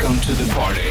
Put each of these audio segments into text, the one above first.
Welcome to the party.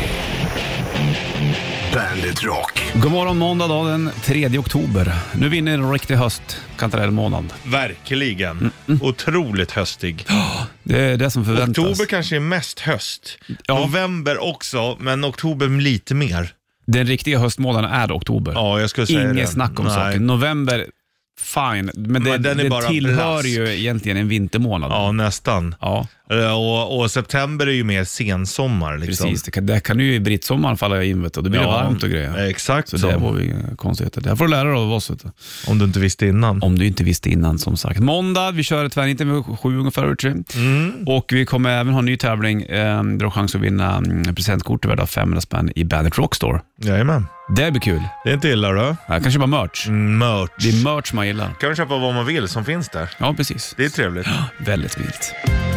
Bandit Rock. God morgon, måndag då, den 3 oktober. Nu vinner en riktig höst, kantarellmånad. Verkligen. Otroligt höstig. Det är det som förväntas. Oktober kanske är mest höst. Ja. November också, men oktober lite mer. Den riktiga höstmånaden är oktober. Ja, jag skulle säga det. Inget snack om saken. November, fine. Men den är det bara tillhör blask. ju egentligen en vintermånad. Ja, nästan. Ja. Och september är ju mer sensommar liksom. Precis, det kan ju i brittsommaren falla in, vet du. Det blir varmt och grejer. Exakt så. Det var vi konstigheter. Det här får du lära dig av oss, vet du. Om du inte visste innan. Om du inte visste innan, som sagt. Måndag, vi kör tvärnitten med 7 ungefär. Och vi kommer även ha en ny tävling. Du har chans att vinna presentkort värda 500 spänn i Bandit Rock Store. Jajamän. Det blir kul. Det är inte illa då. Jag kan köpa merch. Merch. Det är merch man gillar. Kan man köpa vad man vill som finns där. Ja, precis. Det är trevligt. Väldigt vilt.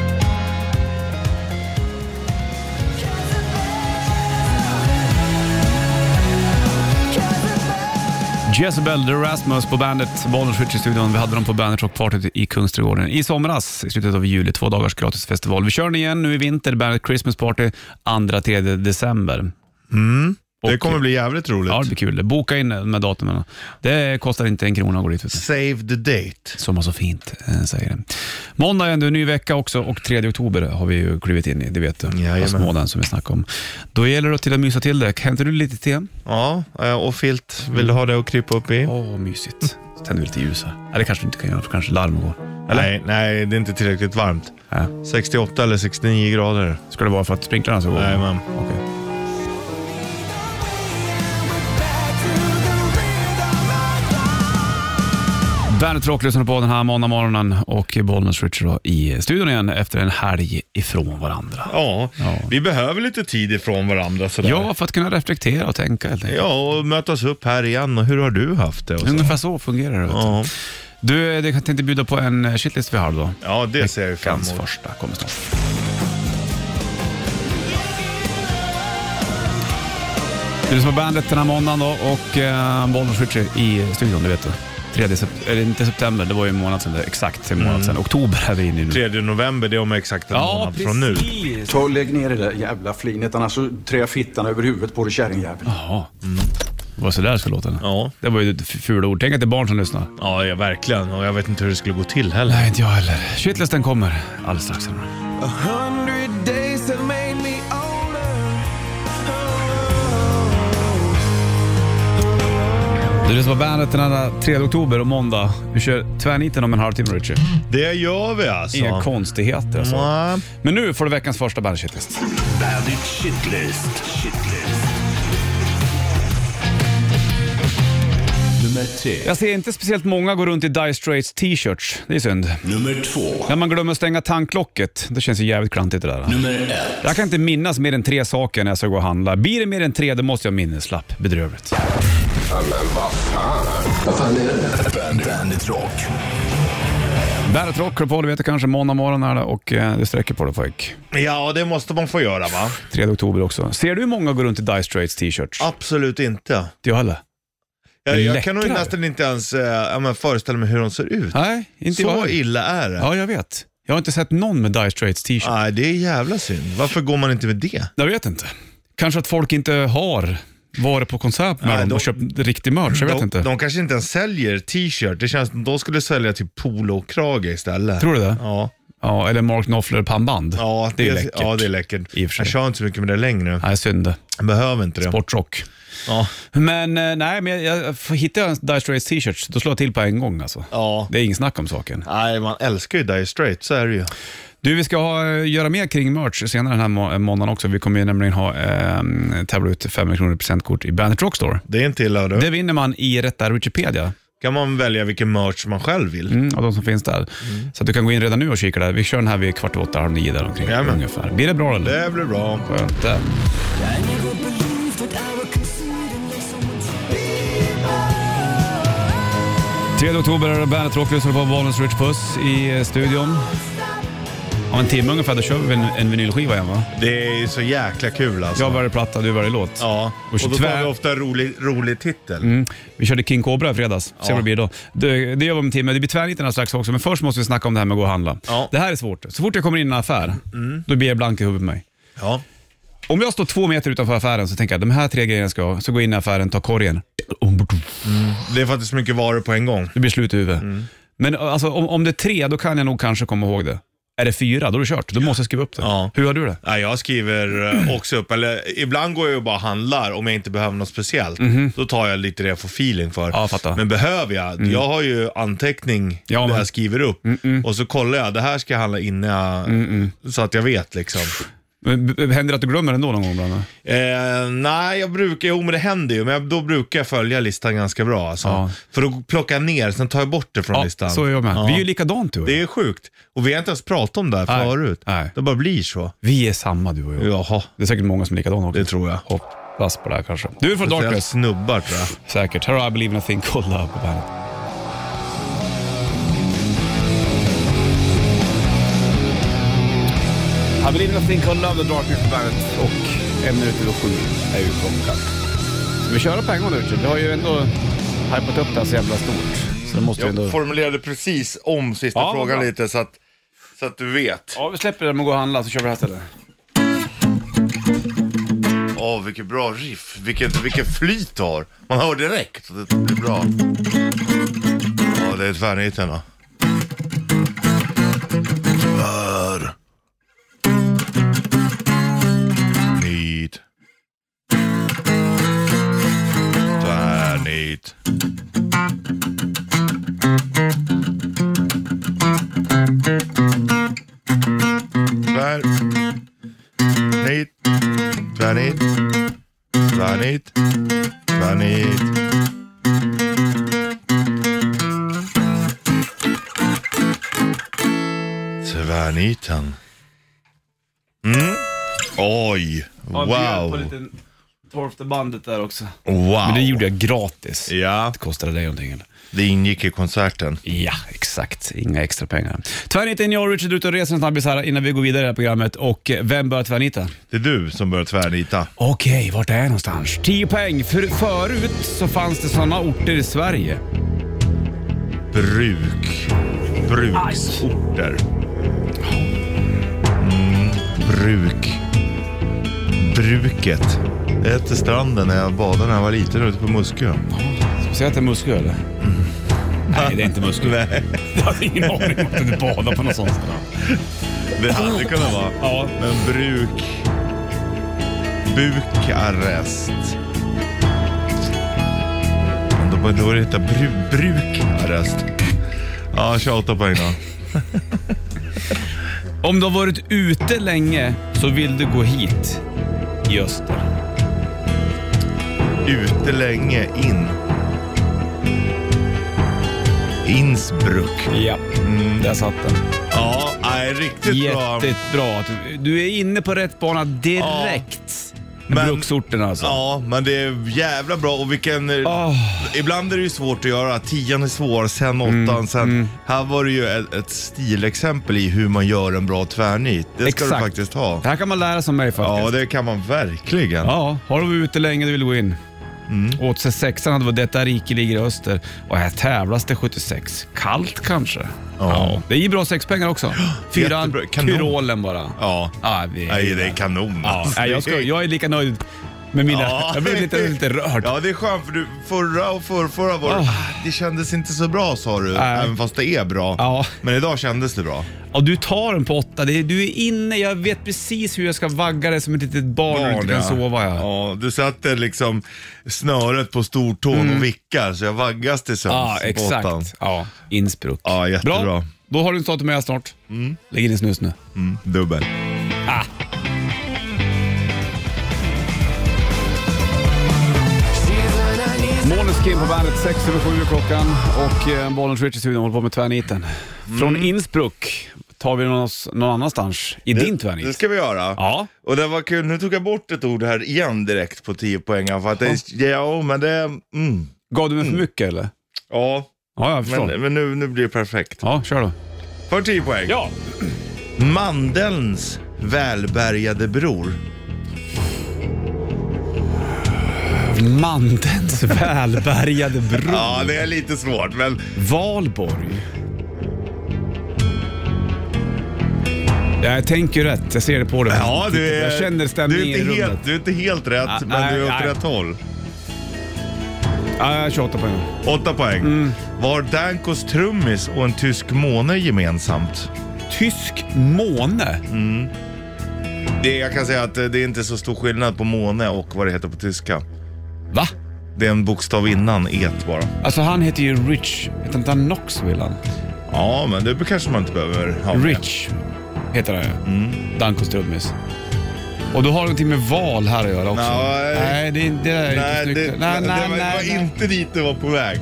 Jezebel, The Rasmus på bandet Bollnäs Ritchie studion. Vi hade dem på Bandit Rock Party i Kungsträdgården i somras i slutet av juli, 2 dagars gratisfestival. Vi kör den igen nu i vinter, Bandit Christmas Party 2-3 december. Det kommer bli jävligt roligt. Ja, det blir kul. Boka in med datumen. Det kostar inte 1 krona att gå dit. Save the date. Som var så fint, säger det. Måndag är ändå en ny vecka också och 3 oktober har vi ju klivit in i, det vet du. Månaden som vi snackar om. Då gäller det till att mysa till det. Hämtar du lite te? Ja, och filt. Vill du ha det att krypa upp i? Mysigt. Tänder lite ljus här. Nej, det kanske du inte kan göra, för kanske larm går. Eller? Nej, det är inte tillräckligt varmt. 68 eller 69 grader. Ska det vara för att sprinklarna så går? Nej, men. Okej. Bandit Rock lyssnar på den här måndagsmorgonen och Bollnäs Ritchie i studion igen efter en helg ifrån varandra. Ja, vi behöver lite tid ifrån varandra sådär. Ja, för att kunna reflektera och tänka helt enkelt. Ja, och mötas upp här igen. Och hur har du haft det? Och så? Ungefär så fungerar det. Ja. Du, det kan inte bjuda på en shitlist vi har då. Ja, det ser jag fram emot. Första kommer snart. Du är som bandet den här måndagen då och Bollnäs Ritchie i studion, det vet du. 3 inte september, det var ju en månad sedan, exakt en månad sedan. Oktober är vi inne nu. 3 november, det är om exakt en månad från nu. Ta och lägg ner det där jävla flinet, annars så trär fittan över huvudet på det, kärringjävel. Jaha. Det var så där ska låta. Ja. Det var ju ett fula ord. Tänk att det är barn som lyssnar. Ja, verkligen. Och jag vet inte hur det skulle gå till heller. Nej, inte jag heller. Shitlisten kommer alldeles strax. 100 days have made me Du lyssnar på bandet den här 3 oktober och måndag. Vi kör tvärniten om en halvtimme, Richie. Det gör vi alltså. Inga konstigheter alltså. Men nu får du veckans första Bandit Shitlist. Bandit Shitlist. Nummer 3. Jag ser inte speciellt många gå runt i Dire Straits t-shirts. Det är synd. Nummer 2. När man glömmer stänga tanklocket, det känns ju jävligt klantigt det där. Nummer 1. Jag kan inte minnas mer än 3 saker när jag ska gå och handla. Blir det mer än 3, då måste jag minneslapp. Bedrövligt. Men vad fan är det? Bandit Rock. Bandit Rock på, du vet det kanske måndag morgon är det och det sträcker på det pojk. Ja, det måste man få göra, va? 3 oktober också. Ser du många gå runt i Dire Straits t-shirts? Absolut inte. Inte jag heller. Jag kan nog nästan inte ens föreställa mig hur de ser ut. Nej, inte så jag. illa är det. Ja, jag vet. Jag har inte sett någon med Dire Straits t-shirt. Nej, det är jävla synd. Varför går man inte med det? Jag vet inte. Kanske att folk inte har varit på konsert med dem och köpt riktig merch, jag vet inte. De kanske inte ens säljer t-shirt. Det känns som de skulle sälja till polo-krage istället. Tror du det? Ja. Ja, eller Mark Knopfler pannband. Ja, det är läckert. Ja, det är läckert. I och för sig. Jag kör inte så mycket med det längre. Nej, synd. Jag behöver inte det. Sportrock. Ja. Men nej, men jag hittar en Dire Straits t-shirt, då slår jag till på en gång alltså. Ja. Det är ingen snack om saken. Nej, man älskar ju Dire Straits, så är det ju. Du, vi ska göra mer kring merch senare den här månaden också. Vi kommer ju nämligen tävla ut 500 kronor presentkort i Bandit Rock Store. Det är inte illa, du. Det vinner man i rätta Wikipedia. Kan man välja vilken merch man själv vill. Av de som finns där. Så att du kan gå in redan nu och kika där. Vi kör den här vid 8:15, 9 där omkring. Jajamän. Ungefär. Blir det bra eller? Det blir bra. Skönt det. 3 oktober är det Bandit Rock. Vi på Bollnäs Ritchie Puss i studion. Om en timme ungefär, då kör vi en vinylskiva igen, va? Det är så jäkla kul alltså. Jag varje platta, du varje låt. Ja, och då tar vi ofta en rolig titel. Vi körde King Cobra i fredags. Se vad det blir då. Det gör vi om en timme. Det blir tvärnitten strax också. Men först måste vi snacka om det här med att gå och handla. Ja. Det här är svårt. Så fort jag kommer in i en affär, då blir jag blank i huvudet med mig. Ja. Om jag står 2 meter utanför affären så tänker jag de här 3 grejerna ska jag. Så gå in i affären, ta korgen. Det är faktiskt mycket varor på en gång. Det blir slut i huvudet. Men alltså, om det är 3, då kan jag nog kanske komma ihåg det. Är det 4, då är det kört. Då måste jag skriva upp det. Ja. Hur har du det? Ja, jag skriver också upp, eller ibland går jag ju bara och handlar om jag inte behöver något speciellt. Då tar jag lite det jag får feeling för. Ja, fattar. Men behöver jag, jag har ju anteckning där jag skriver upp. Och så kollar jag, det här ska jag handla innan jag, så att jag vet liksom. Händer det att du glömmer ändå någon gång ibland? Nej, men det händer ju. Men då brukar jag följa listan ganska bra alltså. Ja. För då plockar jag ner, sen tar jag bort det från listan. Så är jag med. Ja. Vi är ju likadant du och jag. Det är sjukt. Och vi har inte ens pratat om det här förut. Nej. Det bara blir så. Vi är samma du och jag. Jaha, Det är säkert många som är likadana också. det tror jag. Hoppas på det här kanske. Du är från Jag Darkness. snubbar tror jag. Säkert. Här har I Believe in a Thing Called Love på bandet. I Believe in a Thing Called Love, The Darkness på bandet. Och 1 minut över 7 är ju klockan. Så vi kör på en gång nu. Vi har ju ändå hypat upp det här så jävla stort. Så det måste vi ändå... Jag formulerade precis om sista Ja, frågan bra. lite så att du vet. Ja, vi släpper det med att gå och handla så kör vi det här stället. Vilket bra riff. Vilken flyt du har. Man hör direkt. Det är bra. Ja, det är tvärniten då. Tvärnit. Tvärnit. Tvärnit. Tvärnit. Tvärnit. Tvärnit. Tvärniten. Oj. Ja, vi gör på Wow. lite 12:e bandet där också. Wow. Men det gjorde jag gratis. Ja, Det kostade dig någonting eller? det ingick i konserten. Ja, exakt. Inga extra pengar. Tvärniten, jag och Richard ute och reser en snabbis här innan vi går vidare i det här programmet. Och vem börjar tvärnita? Det är du som börjar tvärnita. Okej, vart är jag någonstans? 10 poäng. Förut så fanns det sådana orter i Sverige. Bruksorter. Bruket. Det hette stranden när jag badade när jag var liten ute på Muskö. Ska vi säga att det är Muskö eller? Nej, det är inte Muskö. Nej, Jag hade ingen aning om att du badade på något sånt ställe. det hade kunnat vara. Ja. Men Bukarest. Då är det heta Brukarest. Ja, 28 poäng då. Om du har varit ute länge så vill du gå hit i öster. Ute länge in. Innsbruck. Ja, där satt den. Ja, nej, riktigt bra. Jättebra bra. Du är inne på rätt bana direkt. Men- Bruksorten alltså. Ja, men det är jävla bra. Och vilken... Ibland är det ju svårt att göra. 10 är svår, sen 8, sen... Här var det ju ett stilexempel i hur man gör en bra tvärnit. Det ska Exakt. du faktiskt ha. Det här kan man lära sig av mig faktiskt. Ja, det kan man verkligen. Ja, har du varit ute länge du vill gå in. Åt sig 6an hade varit Detta rike ligger i öster. Och här tävlas det 76. Kallt kanske. Ja. Det är ju bra 6 pengar också. 4 Jättebra. Kanon. Tyrolen bara. Ja. Nej, Det är kanon. Ja, Alltså, nej, jag är lika nöjd med mina... Ja. Jag blev lite rörd. Ja, det är skönt för du, förra och förra var det kändes inte så bra sa du, även fast det är bra. Ja. Men idag kändes det bra. Ja, du tar den på 8. Du är inne. Jag vet precis hur jag ska vagga det som ett litet barn och inte kan sova. Ja, du satte liksom snöret på stortån och vickar så jag vaggas till sömns. Ja, på åttan. exakt. Ja, Innsbruck. Ja, jättebra. Bra. Då har du en start med snart. Lägg in en snus nu. Dubbel. Måneskin på bandet, 6:07 klockan och Bollnäs Rich i studion håller på med tvärniten. Från Innsbruck tar vi oss någon annanstans i din tvärnit. Det ska vi göra. Ja. Och det var kul, nu tog jag bort ett ord här igen direkt på 10 poäng. För att det, men det... Gav du mig för mycket eller? Ja, Ja, jag förstår. men nu blir det perfekt. Ja, kör då. För 10 poäng. Ja. Mandelns välbärgade bror. Mandelns välbärgade bror. Ja, det är lite svårt, men... Valborg. Jag tänker rätt, jag ser det på dig. Ja, jag känner stämningen i rummet. Du är inte helt rätt, men du är åt rätt håll. Ja, 28 poäng. 8 poäng. Var Dankos trummis och en tysk måne gemensamt? Tysk måne? Jag kan säga att det är inte så stor skillnad på måne och vad det heter på tyska. Va? Det är en bokstav innan et bara. Alltså han heter ju Rich. Heter inte han Knoxville han? Ja, men det kanske man inte behöver ha med. Rich heter han ju. Dankos trummis. Och då har det någonting med val här att göra också. Nej, det är inte snyggt. Nej, det var inte dit det var på väg.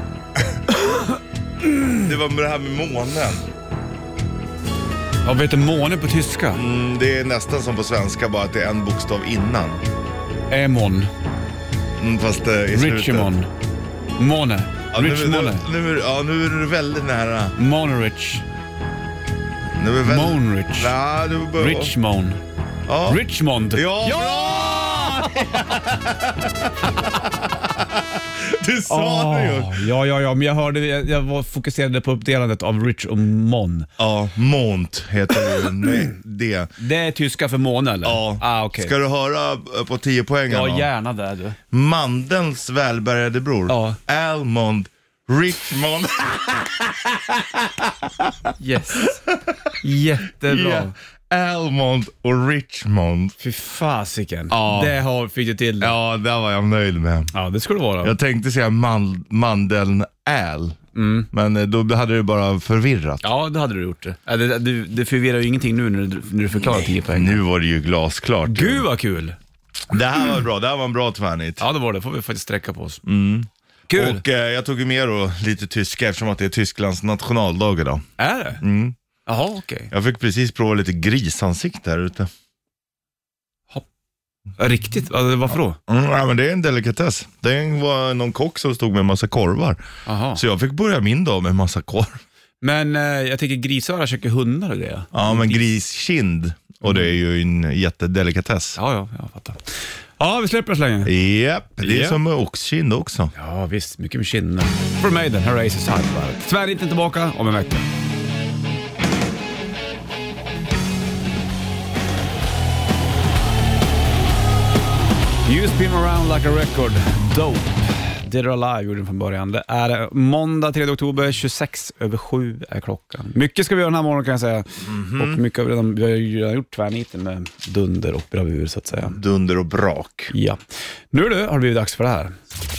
Det var med det här med månen. Vad heter måne på tyska? Det är nästan som på svenska, bara att det är en bokstav innan. Emon. Fast i slutet. Richemon. Måne. Rich måne. Nu är du väldigt nära. Monrich. Monrich. Richmond. Ja. Richmond. Ja! Du sa det ju. Ja, men jag hörde, jag var fokuserade på uppdelandet av Rich och Mon. Ja, Mont heter det. Det är tyska för måne eller? Ja. Okay. Ska du höra på 10 poängen? Ja, gärna det du. Mandelns välbärgade bror. Ja. Almond Richmond. Yes. Jättebra. Yeah. Almond och Richmond. Fy fasiken. Ja. Det fick du till det. Ja, det var jag nöjd med. Ja, det skulle det vara. Jag tänkte säga mandeln men då hade det bara förvirrat. Ja, det hade du gjort det. Det förvirrar ju ingenting nu när du förklarar 10 poäng. Nu var det ju glasklart. Gud vad kul. Det här var bra, det här var en bra tvärnit. Ja, det var det. Får vi faktiskt sträcka på oss. Kul. Och jag tog ju med då lite tyska eftersom att det är Tysklands nationaldag idag. Är det? Jaha, okej. Jag fick precis prova lite grisansikte här ute. Riktigt? Varför då? Ja, men det är en delikatess. Det var någon kock som stod med en massa korvar. Aha. Så jag fick börja min dag med en massa korv. Men jag tänker grisöra käkar hundar och det. Ja, men griskind. Och det är ju en jättedelikatess. Ja, jag fattar. Ja, vi släpper oss länge. Japp, det är som med oxkind också. Ja, visst. Mycket med kinden. For Maiden, här är Ace Side. Tyvärr inte tillbaka om en vecka. You spin around like a record. Dope. Dead or Alive gjorde den från början. Det är måndag 3 oktober, 26:07 är klockan. Mycket ska vi göra den här morgonen kan jag säga. Och mycket av det vi har ju gjort tvärniten med dunder och bravur så att säga. Dunder och brak. Ja. Nu har det blivit dags för det här.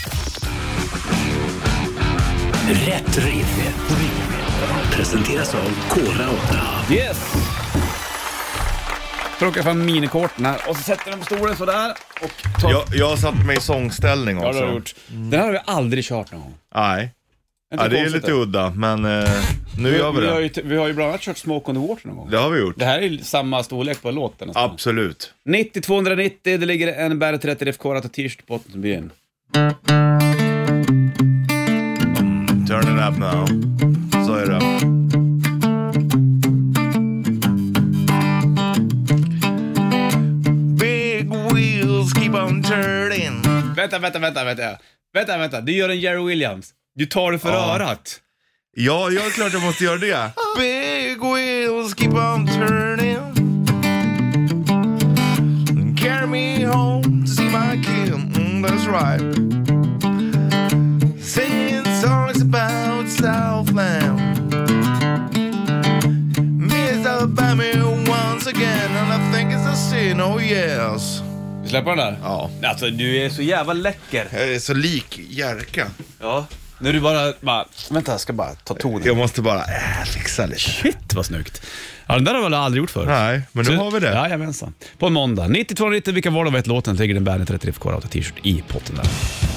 Rätt riff. Presenteras av Kora 8. Yes! Plockar fram minikorten här och så sätter den på stolen sådär och tar... Jag har satt mig i sångställning också. Ja, det har du gjort. Den här har vi aldrig kört någon gång. Nej. Ja, det är lite udda, men nu gör vi det. Vi har ju bland annat kört Smoke on the Water någon gång. Det har vi gjort. Det här är samma storlek på låten nästan. Absolut. 90-290, det ligger en Bandet 30 FK att t-shirt på som blir in. Turn it up now. Så är det. Keep on turning. Vänta. Du gör en Jerry Williams. Du tar det för örat. Ja, jag är klart jag måste göra det. Big wheels keep on turning. Carry me home to see my kid. That's right. Singing songs about Southland. Miss Alabama once again. And I think it's a sin, oh yes. Släpper den där? Ja. Alltså, du är så jävla läcker. Jag är så lik Jerka. Ja. När du bara vänta, jag ska bara ta tonen. Jag måste bara fixa lite. Shit, vad snyggt. Ja, den där har jag väl aldrig gjort förut. Nej, men nu har vi det. Ja, jajamensan. På en måndag. 92-90, vilka var det vet låten? Lägger den Bandet 30 FK Auto t-shirt i potten där.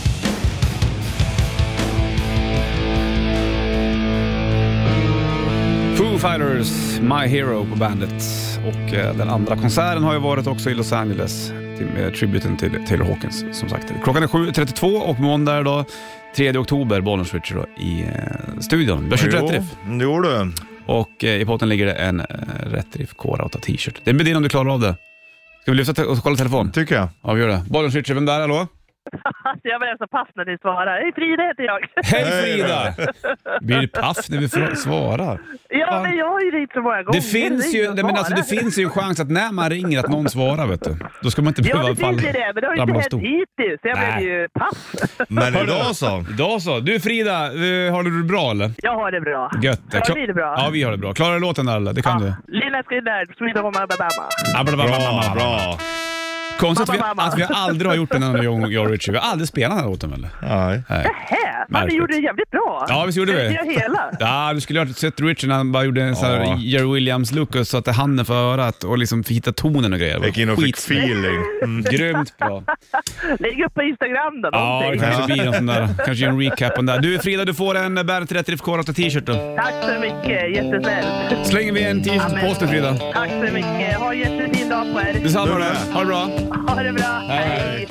Foo Fighters, My Hero på Bandet. Och den andra konserten har ju varit också i Los Angeles med tributen till Taylor Hawkins som sagt. Klockan är 7:32 och måndag då 3 oktober Bollnäs Switcher då i studion. Vi har kört rätt riff. Jo du. Och i potten ligger det en rätt riff Kora 8 t-shirt. Det är med din om du klarar av det. Ska vi lyfta och kolla telefon? Tycker jag. Ja, vi gör det. Bollnäs Switcher, vem där, hallå? jag var så paff när ni svarar. Hej, Frida heter jag. Hej Frida! Blir det paff när vi svarar? Ja, men jag har ju ringt så många gånger. Det finns ju en chans att när man ringer att någon svarar, vet du. Då ska man inte behöva falla. Ja, det finns ju det, men det har inte hänt hittills. Jag blev ju paff. Men idag så. Du Frida, har du det bra eller? Jag har det bra. Gött. Har ni det bra? Ja, vi har det bra. Klarar du låten där eller? Det kan du. Lilla Skrinner, Sweet Home Alabama. Bra. Konstigt att vi aldrig har gjort den här gången, jag och Richie. Vi har aldrig spelat den här låten eller? Nej. Men vi gjorde det jävligt bra. Ja, visst gjorde vi. Vi hela. Ja, du skulle ha sett Richie när han bara gjorde en sån här Jerry Williams-look och satte handen för örat och liksom hitta tonen och grejer. Vilken och fick feeling. Grymt bra. Lägg upp på Instagram då. Ja, det kanske blir en sån där. Kanske en recap om det. Du Frida, du får en Bandet Rätt Riff K8 t-shirt då. Tack så mycket, jättesnällt. Slänger vi en t-shirt på posten Frida. Tack så mycket, ha en jättefin dag på er. Detsamma då, ha det bra. Ha det bra. Hej.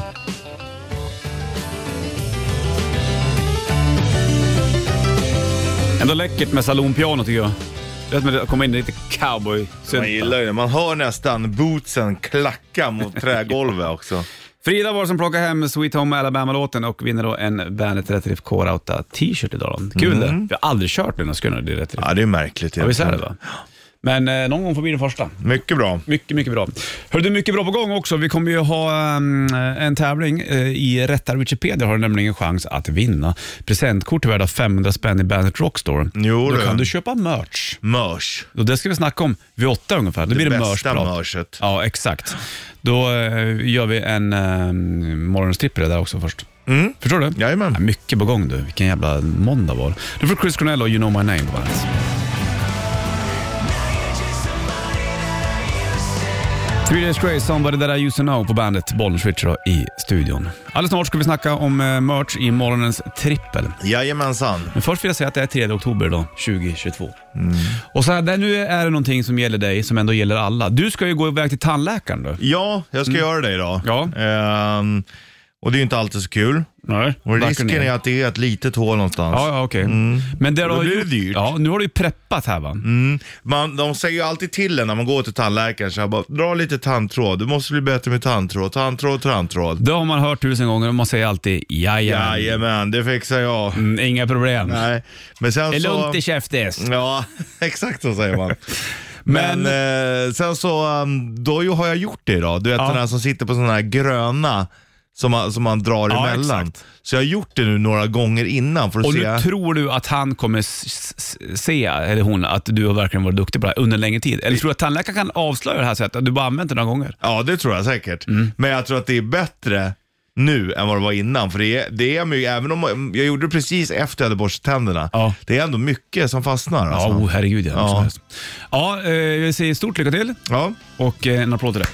Ändå läckert med salonpiano tycker jag. Det är att komma in lite cowboy. Man gillar det. Man hör nästan bootsen klacka mot trägolvet också. Frida var som plockar hem Sweet Home Alabama-låten och vinner då en Bandet Rätt Riff K8 t-shirt idag då. Kul det. Vi har aldrig kört den och skulle det rätt. Ja, det är märkligt. Ja, vi ser det va? Men någon gång får bli den första. Mycket bra. Mycket bra. Hör du, mycket bra på gång också. Vi kommer ju ha en tävling i Rättar Wikipedia. Har du nämligen en chans att vinna presentkort värda 500 spänn i Bandet Rockstore. Jo, då kan du köpa merch. Och det ska vi snacka om vid 8 ungefär. Det blir det bästa merchet. Ja, exakt. Då gör vi en morgonstrippare där också först. Förstår du? Jajamän. Ja, mycket på gång du. Vilken jävla måndag var det. Nu får Chris Cornell och You Know My Name på bandet. Three Days Grace, Somebody That I Used To Know på bandet Bollnäs Switcher i studion. Alldeles snart ska vi snacka om merch i morgonens trippel. Jajamensan. Men först vill jag säga att det är 3 oktober då, 2022. Och så här, nu är det någonting som gäller dig som ändå gäller alla. Du ska ju gå iväg till tandläkaren då. Ja, jag ska göra det idag. Ja. Och det är ju inte alltid så kul. Nej, och risken är att det är ett litet hål någonstans. Ja, okej. Men då blir det dyrt. Ja, nu har du ju preppat här va? De säger ju alltid till en när man går till tandläkaren så jag bara, dra lite tandtråd. Du måste bli bättre med tandtråd. Det har man hört 1000 gånger och man säger alltid jajamän, det fixar jag. Inga problem. Nej. Men sen det är lugnt i käftes. Ja, exakt så säger man. Men sen så då har jag gjort det idag. Du vet den här som sitter på sådana här gröna som man drar emellan. Exakt. Så jag har gjort det nu några gånger innan för att se. Och nu tror du att han kommer se, eller hon, att du har verkligen varit duktig på det här under en längre tid? Eller tror du att tandläkaren kan avslöja det här sättet? Att du bara använt det några gånger? Ja, det tror jag säkert. Men jag tror att det är bättre nu än vad det var innan. För det är mycket, även om jag gjorde det precis efter jag hade borstat tänderna. Ja. Det är ändå mycket som fastnar. Alltså. Ja, herregud. Ja, jag säger stort lycka till. Ja. Och en applåd till det.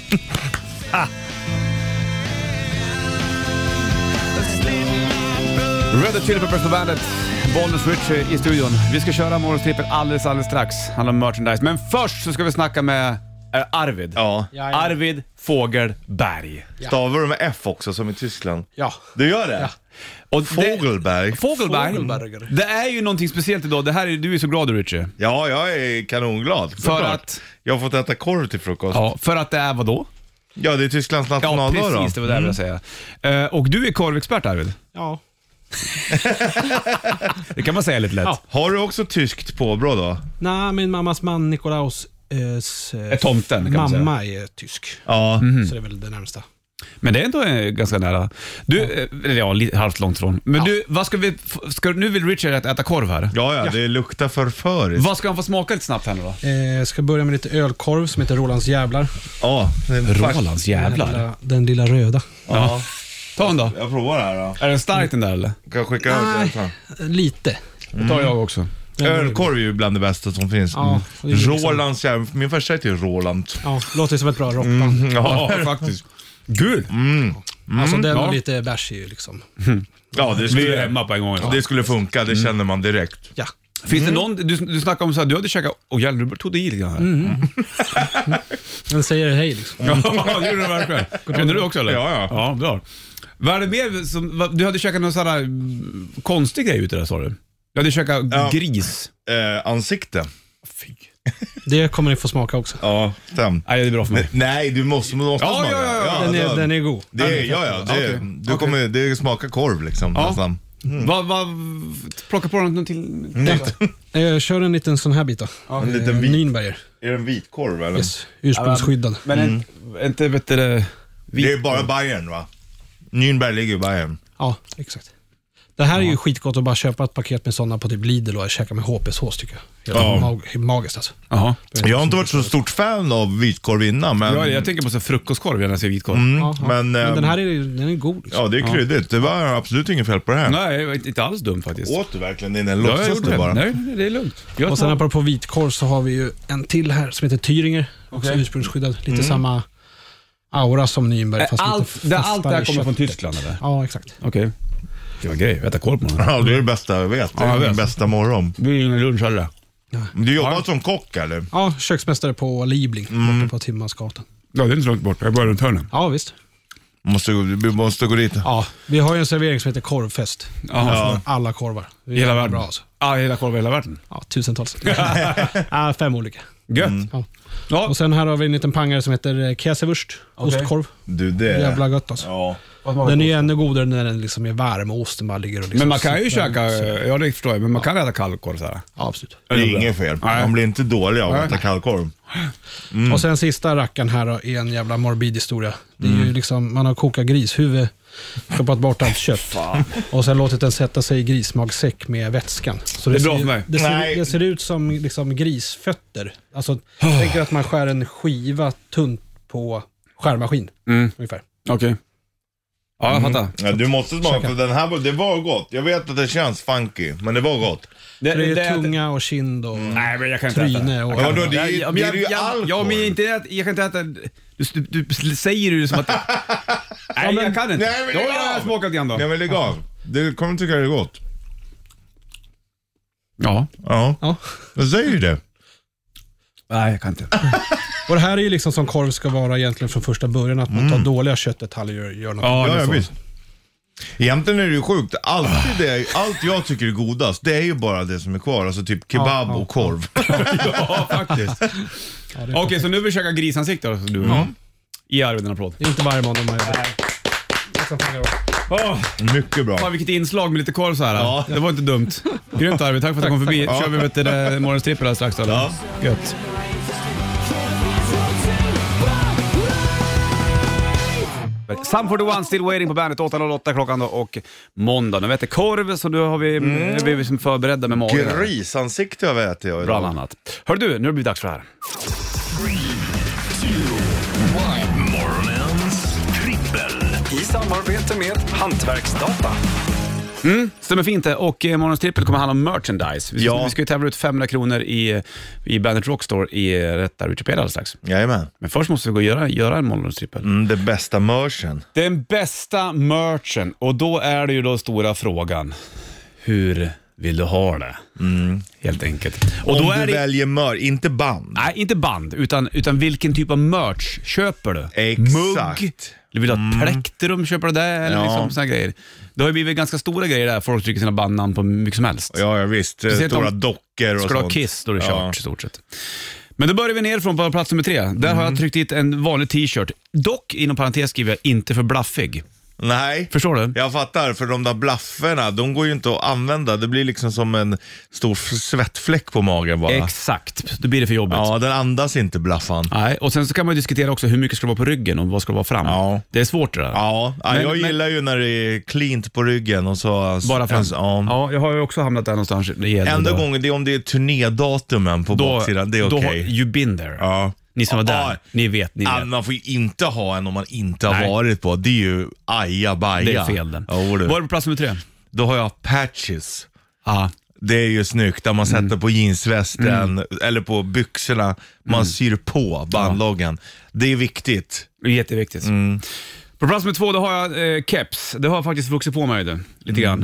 Red Hot Chili Peppers på bandet, Bollnäs Switch i studion. Vi ska köra morgonstrippen alldeles strax. Handlar om merchandise. Men först så ska vi snacka med Arvid. Ja. Arvid Fogelberg. Stavar du med F också som i Tyskland? Ja. Du gör det? Ja. Och Fogelberg. Det är ju någonting speciellt idag. Det här är, du är så glad, Richie. Ja, jag är kanonglad. För att jag har fått äta korv till frukost. Ja, för att det är vad då? Ja, det är Tysklands nationaldag. Ja, precis, det var det jag ville säga. Och du är korvexpert, Arvid. Ja. Det kan man säga lite lätt. Ja. Har du också tyskt påbrå då? Nej, min mammas man Nikolaus är tomten, kan man säga. Mamma är tysk. Ja. Så det är väl det närmsta. Men det är ändå ganska nära. Du, halvt långt från. Men du, vad ska vi... nu vill Richard äta korv här. Ja, det luktar förföriskt. Vad ska han få smaka lite snabbt här nu då? Jag ska börja med lite ölkorv som heter Rolands jävlar. Ja. Rolands jävlar? Den lilla röda. Ja. Ta en då. Jag provar det här då. Är den stark den där eller? Kan jag skicka över till lite. Det tar jag också. Ölkorv är ju bland det bästa som finns. Ja, Rolands jävlar. Min farsa heter ju Roland. Ja, låter som ett bra rockband. Ja, faktiskt. Gud. Alltså den och lite bärs är ju liksom. Ja, det skulle, vi är hemma på en gång. Det skulle funka, det känner man direkt. Ja. Finns det någon, du snackade om så här, du hade käkat, du tog det i lite grann här. Den säger hej liksom. Ja, det gjorde du verkligen. Känner du också eller? Ja, bra. Vad är det mer som, du hade käkat någon sån här konstig grej ute där, sa du? Du hade käkat gris. Ansikte. Fy. Det kommer ni få smaka också. Ja, stämt. Nej, det är bra för mig. Nej, du måste smaka. Ja. Den är god. Du kommer, det smakar korv liksom. Nästan. Plocka på något till... Jag kör en liten sån här bit då. En liten vit. Nürnberger. Är det en vitkorv eller? Yes, ursprungsskyddad. Men inte vet du det... Det är bara Bayern va? Nürnberg ligger i Bayern. Ja, exakt. Det här är ju skitgott att bara köpa ett paket med sådana på typ Lidl och käka med HP-sås tycker jag. Magiskt alltså. Jaha. Jag har inte varit så stort fan av vitkorv innan, men... Jag tänker på så frukostkorv när jag ser vitkorv. Men den här den är god. Liksom. Ja, det är kryddigt. Det var absolut inget fel på det här. Nej, inte alls dumt faktiskt. Åt du verkligen din låtsas du bara? Nej, det är lugnt. Och sen apropå vitkorv så har vi ju en till här som heter Thüringer. Också ursprungsskyddad. Lite samma aura som Nürnberg. Allt det här kommer från Tyskland eller? Ja, exakt. Okej. Det var grej, äta korv på den. Ja, det är det bästa jag vet. Det är den bästa morgon. Det är ingen lunch heller. Du jobbar som kock eller? Ja, köksmästare på Liebling, borta på Timmansgatan. Ja, det är inte så långt bort. Jag börjar runt hörnen. Ja, visst. Du måste gå dit. Ja, vi har ju en servering som heter Korvfest. Ja. Alla korvar. Hela världen? Bra, alltså. Ja, hela korvar i hela världen? Ja, tusentals. 5 olika. Gött. Ja. Och sen här har vi en liten pangare som heter Käsewurst, ostkorv. Du, det är... Jävla gott alltså. Ja. Den är ju ännu godare när den liksom är varm och osten bara ligger och liksom. Men man kan ju käka, ja det förstår jag, men man kan äta kallkorv så här. Ja, absolut. Det är inget fel. Man blir inte dålig av att äta kallkorv. Och sen sista rackaren här då, är en jävla morbid historia. Det är ju liksom, man har kokat grishuvud, köpat bort allt kött och sen låtit den sätta sig i grismagsäck med vätskan. Så det är bra för mig. Det ser ut som liksom grisfötter. Alltså, tänker att man skär en skiva tunt på skärmaskin ungefär. Okej. Ja, jag fattar. Ja, du måste smaka för den här, det var gott. Jag vet att det känns funky, men det var gott. Det är tunga och kind och nej, men jag kan inte tryne äta. och... Ja, då, det är ju alkohol. Ja, men jag kan inte äta... Du säger ju som att... Nej, jag kan inte. Nej, men då har jag smakat igen då. Nej, men lägg av. Du kommer tycka det är gott. Ja. Jag säger ju det. Nej, jag kan inte. Och det här är ju liksom som korv ska vara egentligen från första början, att man tar dåliga köttdetaljer och gör något. Ja, visst. Egentligen är det ju sjukt. Allt jag tycker är godast, det är ju bara det som är kvar. Alltså typ kebab och korv. Ja, faktiskt. Okej, så nu vill vi käka grisansikte då, du. I Arvid en applåd. Det är inte varje måndag man gör det. Mycket bra. Fan, vilket inslag med lite korv så här. Ja. Det var inte dumt. Grymt Arvid, tack för att du kom förbi. Kör vi morgonens trippel här strax då. Ja. Gött. Some 41 still waiting på bandet 8.08 klockan då, och måndag. Nu vet jag korv, så då har vi som förberedda med magen. Grisansikte jag vet jag idag. Bland annat. Hör du, nu har det blivit dags för det här. 3, 2, 1. Morgonens trippel. I samarbete med Hantverksdata. Stämmer fint det. Och morgonens trippel kommer handla om merchandise. Vi ska ju tävla ut 500 kronor i Bandet Rockstore i rätta Richard alldeles strax. Jajamän. Men först måste vi gå och göra en morgonens trippel. Det bästa merchen. Den bästa merchen. Och då är det ju då stora frågan. Hur vill du ha det? Helt enkelt. Och om då är du väljer inte band. Nej, inte band. Utan vilken typ av merch köper du? Exakt. Mugg? Eller vill du ha plektrum? Köper du det? Eller liksom såna grejer. Det har ju blivit ganska stora grejer där. Folk trycker sina bandnamn på mycket som helst. Ja, visst. Stora dockor och sånt. Ska du ha Kiss, då är det kört i stort sett. Men då börjar vi nerifrån på plats nummer 3. Där har jag tryckt hit en vanlig t-shirt. Dock, inom parentes skriver jag, inte för blaffig. Nej, förstår du? Jag fattar, för de där blafferna, de går ju inte att använda. Det blir liksom som en stor svettfläck på magen bara. Exakt, då blir det för jobbigt. Ja, den andas inte blaffan. Nej, och sen så kan man ju diskutera också hur mycket ska det vara på ryggen och vad ska det vara fram. Ja. Det är svårt det där. Ja, jag gillar ju när det är cleant på ryggen och så. Bara fram. Ja, jag har ju också hamnat där någonstans. Enda gången, det är om det är turnédatumen på baksidan, det är okej. Då har you been there. Ja. Ni som var där, ni vet. Man får ju inte ha en om man inte har varit på. Det är ju ajabaja. Det är fel den. Var är på plats nummer 3? Då har jag patches. Aha. Det är ju snyggt där man sätter på jeansvästen eller på byxorna. Man syr på bandloggen. Det är viktigt. Det är jätteviktigt. På plats med 2 då har jag keps. Det har faktiskt vuxit på mig det, lite grann.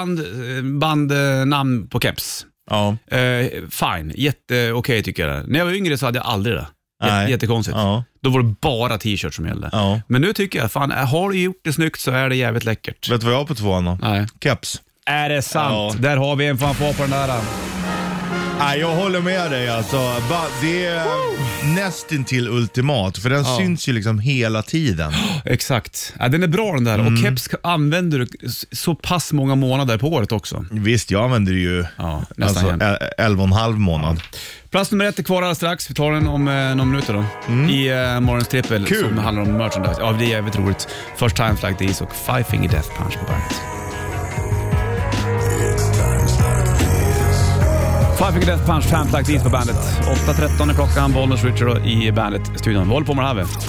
Bandnamn på keps. Ja. Fine, okej tycker jag. När jag var yngre så hade jag aldrig det. Jättekonstigt. Ja. Då var det bara t-shirt som gällde. Ja. Men nu tycker jag, fan, har du gjort det snyggt så är det jävligt läckert. Vet du vad jag har på 2 då? Nej. Keps. Är det sant? Ja. Där har vi en fan på den där. Nej, jag håller med dig alltså. Det är nästintill ultimat, för den syns ju liksom hela tiden. Exakt. Ja, den är bra den där. Och keps använder du så pass många månader på året också. Visst, jag använder det ju nästan alltså, 11,5 månad. Plats nummer 1 är kvar alldeles strax. Vi tar den om några minuter då. I morgonens trippel som handlar om merchandise. Ja, det är jävligt roligt. First Times Like These och Five Finger Death Punch på bandet. Five Finger Death Punch, Times Like These på bandet. 8:13 är klockan, Bollnäs Richard i bandet-studion. Vi håller på med det här. 3, 2,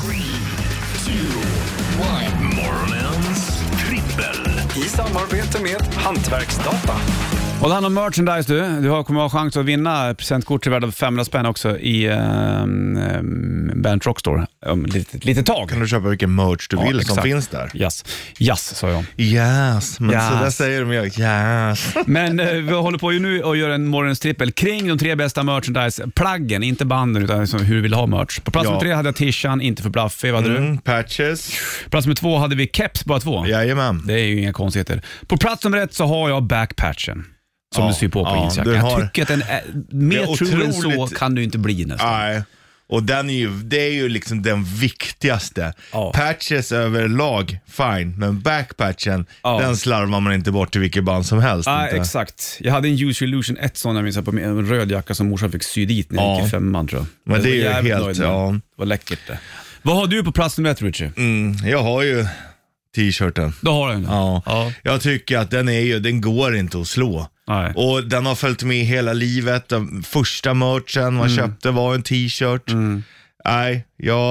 1. Morgonens trippel. I samarbete med Hantverksdata. Och det handlar om merchandise du. Du kommer ha chans att vinna presentkort till värde 500 spänn också i Band Rock Store om lite tag. Kan du köpa vilken merch du vill som finns där? Yes, sa jag. Yes, men så där säger de ju. Yes. Men vi håller på ju nu och gör en morgonens trippel kring de 3 bästa merchandise-plaggen, inte banden utan liksom hur vi vill ha merch. På plats nummer 3 hade jag t-shirt, inte för bluffy, vad hade du? Patches. Plats nummer 2 hade vi keps, bara 2. Jajamän. Det är ju inga konstigheter. På plats nummer 1 så har jag backpatchen. Som du syr på jeansjackan. Jag tycker att den är mer true än så kan du inte bli nästan. Nej. Och det är ju liksom den viktigaste. Patches överlag, fine. Men backpatchen, den slarvar man inte bort till vilket band som helst. Exakt. Jag hade en Use Illusion 1 sån jag minns på en röd jacka som morsan fick sy dit när jag gick i 5:an tror jag. Men det är ju helt, Det var läckert det. Vad har du på plats nummer 1, Richie? Jag har ju t-shirten. Då har jag den. Ja. Jag tycker att den går inte att slå. Nej. Och den har följt med hela livet. Den första merchen man köpte var en t-shirt. Nej,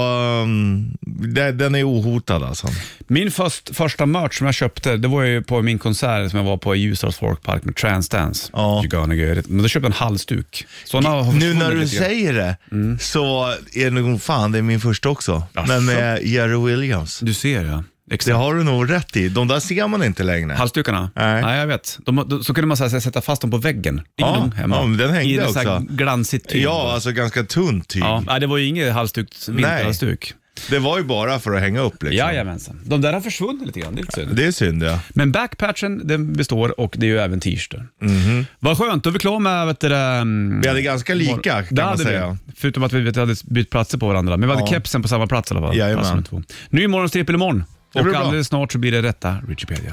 den är ohotad alltså. Min första merch som jag köpte, det var ju på min konsert som jag var på i Ljusdals Folkpark med Transdance. Men då köpte jag en halsduk. Nu när du säger det så är det nog fan, det är min första också. Men med Jerry Williams. Du ser ja. Exakt. Det har du nog rätt i. De där ser man inte längre. Halsdukarna? Nej, jag vet. Så kunde man sätta fast dem på väggen. Den hängde i också. I glansigt tyg. Ja, alltså ganska tunt tyg. Ja, det var ju inget vinterhalsduk. Det var ju bara för att hänga upp liksom. Jajamensan. De där har försvunnit lite grann, det är lite synd. Det är synd, ja. Men backpatchen, den består och det är ju även t-shirten. Vad skönt, då är vi klar med vi hade ganska lika kan man säga. Förutom att vi hade bytt platser på varandra. Men vi hade kepsen på samma plats i alla fall. Jajamän. Ny morgonstrippel imorgon. Och alldeles snart så blir det rätta Wikipedia.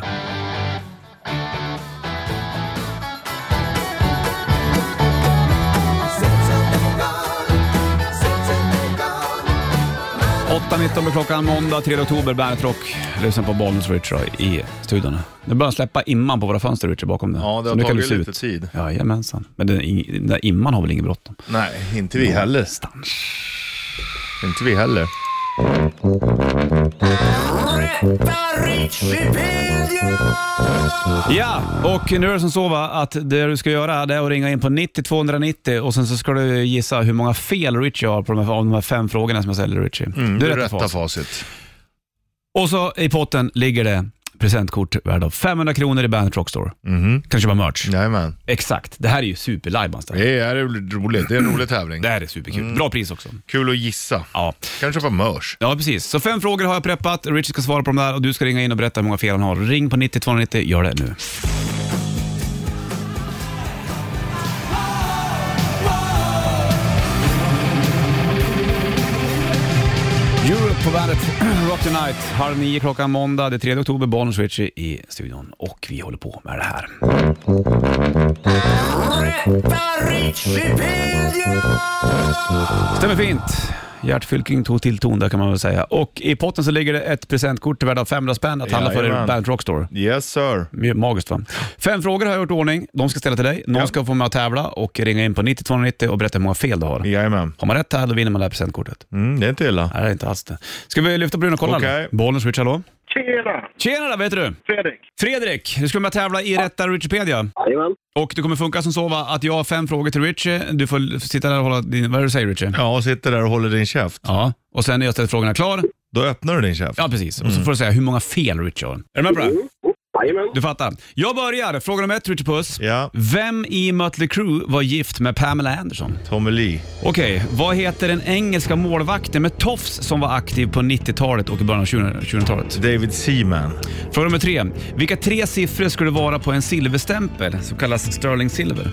.19 klockan måndag 3 oktober, Bandet Rock. Lyssna på Bollnäs Richard i studion. Det börjar släppa imman på våra fönster Richard bakom det. Ja, det har tagit lite tid. Ja, jajamensan. Men den där imman har väl ingen bråttom? Nej, inte vi heller. Inte vi heller. Ja, och nu är det som så va, att det du ska göra det är att ringa in på 90-290 och sen så ska du gissa hur många fel Richie har på de här 5 frågorna som jag ställer Richie. Det är rätta facit. Och så i potten ligger det presentkort värda 500 kronor i Bandet Rock Store. Kan köpa merch. Jajamän. Exakt, det här är ju superlajbans. Det är roligt, det är en rolig tävling. Det här är superkul, bra pris också. Kul att gissa. Ja. Kan köpa merch. Ja, precis. Så 5 frågor har jag preppat. Richie ska svara på dem där och du ska ringa in och berätta hur många fel han har. Ring på 90-290, gör det nu. Europe på bandet Rock the Night. 8:30 klockan måndag, det är 3 oktober, Bollnäs Richie i studion. Och vi håller på med det här. Stämmer fint. Gert Fylking tog till ton där kan man väl säga. Och i potten så ligger det ett presentkort till värda 500 spänn att handla för i Bandet Rock Store. Yes sir. Magiskt va? 5 frågor har jag gjort i ordning. De ska ställa till dig. Någon ska få med att tävla och ringa in på 90-290 och berätta hur många fel du har. Jajamän. Har man rätt här då vinner man det här presentkortet. Det är inte illa. Nej, det är inte alls det. Ska vi lyfta på brun och kolla? Okej. Bollnäs Switch, hallå? Tjena! Tjena där, vet du? Fredrik, du ska med tävla i rätta Wikipedia. Jajamän. Och det kommer funka som så va, att jag har 5 frågor till Richie. Du får sitta där och hålla din... Vad är det du säger Richie? Ja, sitter där och håller din käft. Ja, och sen när jag ställt frågorna klar. Då öppnar du din käft. Ja, precis. Och så får du säga hur många fel Richie har. Är du med på det? Jajamän. Du fattar. Jag börjar. Fråga nummer 1, Richard Puss. Ja. Vem i Mötley Crüe var gift med Pamela Anderson? Tommy Lee. Okej, vad heter den engelska målvakten med tofs som var aktiv på 90-talet och i början av 2000-talet? David Seaman. Fråga nummer 3. Vilka 3 siffror skulle det vara på en silverstämpel som kallas sterling silver?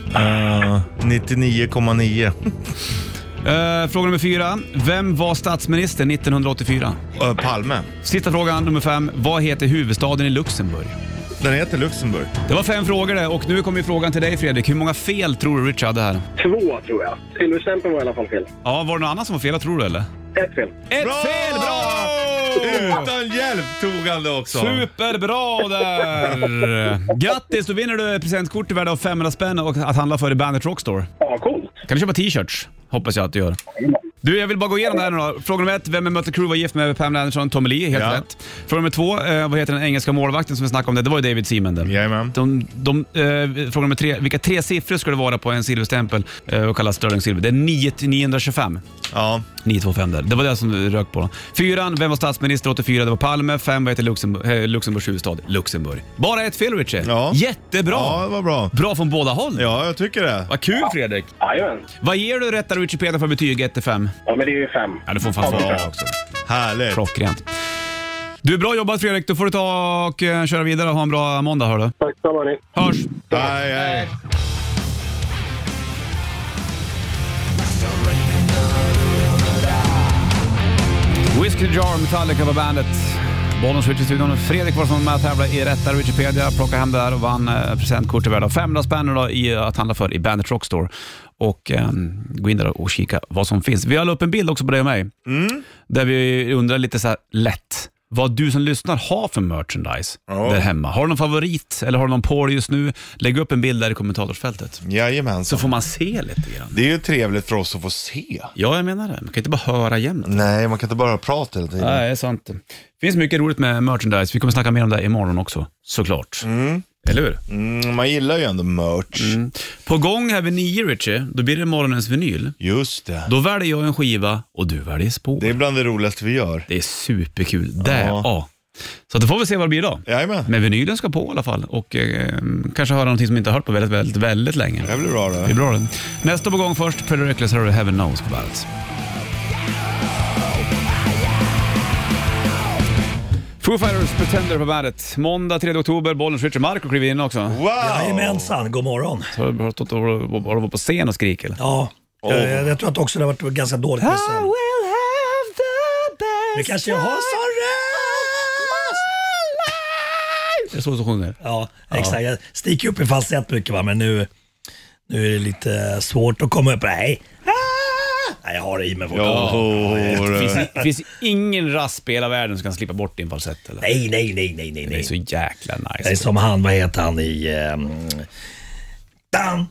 99,9. Fråga nummer 4. Vem var statsminister 1984? Palme. Sista frågan, nummer 5. Vad heter huvudstaden i Luxemburg? Den heter Luxemburg. Det var 5 frågor det, och nu kommer ju frågan till dig, Fredrik. Hur många fel tror du Richard hade här? 2 tror jag. Silverstämpeln var i alla fall fel. Ja, var det någon annan som var fel, tror du eller? 1 fel. Ett fel, bra! Utan hjälp tog han det också. Superbra där! Grattis, då vinner du presentkort i värde av 500 spänn och att handla för i Bandit Rockstore. Ja, coolt. Kan du köpa t-shirts? Hoppas jag att du gör. Du, jag vill bara gå igenom det här nu då. Fråga nummer 1, vem är Mötley Crüe var gift med Pamela Anderson? Tommy Lee, helt rätt. Fråga nummer 2, vad heter den engelska målvakten som vi snackade om det? Det var ju David Seaman där. Jajamän. Fråga nummer 3, vilka 3 siffror skulle det vara på en silverstämpel och kallas sterling silver? Det är 9-925. Ja. 925 där. Det var det som du rök på. 4, vem var statsminister 84? Det var Palme. 5, vad heter Luxemburgs huvudstad? Luxemburg. Bara ett fel, Richard. Ja. Jättebra. Ja, det var bra. Bra från båda håll. Ja, jag tycker det. Vad kul, Fredrik. Jajamän. Vad ger du rätta Richard Peter för betyg 1-5? Ja, men det är ju 5. Ja, du får fan få det också. Härligt. Klockrent. Du, bra jobbat Fredrik. Då får du ta och köra vidare och ha en bra måndag, hör du. Tack så mycket. Hörs. Hej, hej. Whiskey Jar, Metallica på bandet. Bollnäs Richard studion. Fredrik var som med att tävla i rätta Wikipedia. Plockade hem där och vann presentkort i värde av 500 spänn då, i att handla för i Bandit Rockstore. Och gå in där och kika vad som finns. Vi har lagt upp en bild också på dig och mig. Där vi undrar lite så här lätt vad du som lyssnar har för merchandise där hemma. Har du någon favorit eller har du någon på dig just nu? Lägg upp en bild där i kommentatorsfältet. Jajamän. Så får man se lite grann. Det är ju trevligt för oss att få se. Ja, jag menar det. Man kan inte bara höra jämt. Nej, man kan inte bara prata hela tiden. Nej, det är sant. Det finns mycket roligt med merchandise. Vi kommer snacka mer om det imorgon också, såklart. Eller hur? Man gillar ju ändå merch. På gång här vid 9, Richie, då blir det morgonens vinyl. Just det. Då väljer jag en skiva och du väljer spår. Det är bland det roligaste vi gör. Det är superkul. Så då får vi se vad det blir då. Jajamän. Men vinylen ska på i alla fall. Och kanske höra någonting som inte har hört på väldigt länge. Det blir bra då. Det är bra det. Nästa på gång först, Pretty Reckless, här har du Heaven Knows på bandet. Foo Fighters Pretender på bandet. Måndag 3 oktober, Bollnäs Richard Mark och kliver in också. Wow! Jajamensan, god morgon. Så har du stått och varit på scen och skrik eller? Ja, jag tror att också det har varit ganska dåligt med sen. Det kanske jag har så Det är så som sjunger. Ja, exakt. Jag sticker upp i falsett mycket, va? Men nu är det lite svårt att komma upp. Nej, jag har det i mig. Det finns ingen rasp i hela världen som kan slippa bort din falsett eller? Nej. Det är så jäkla nice. Det är som han, vad heter han i... down.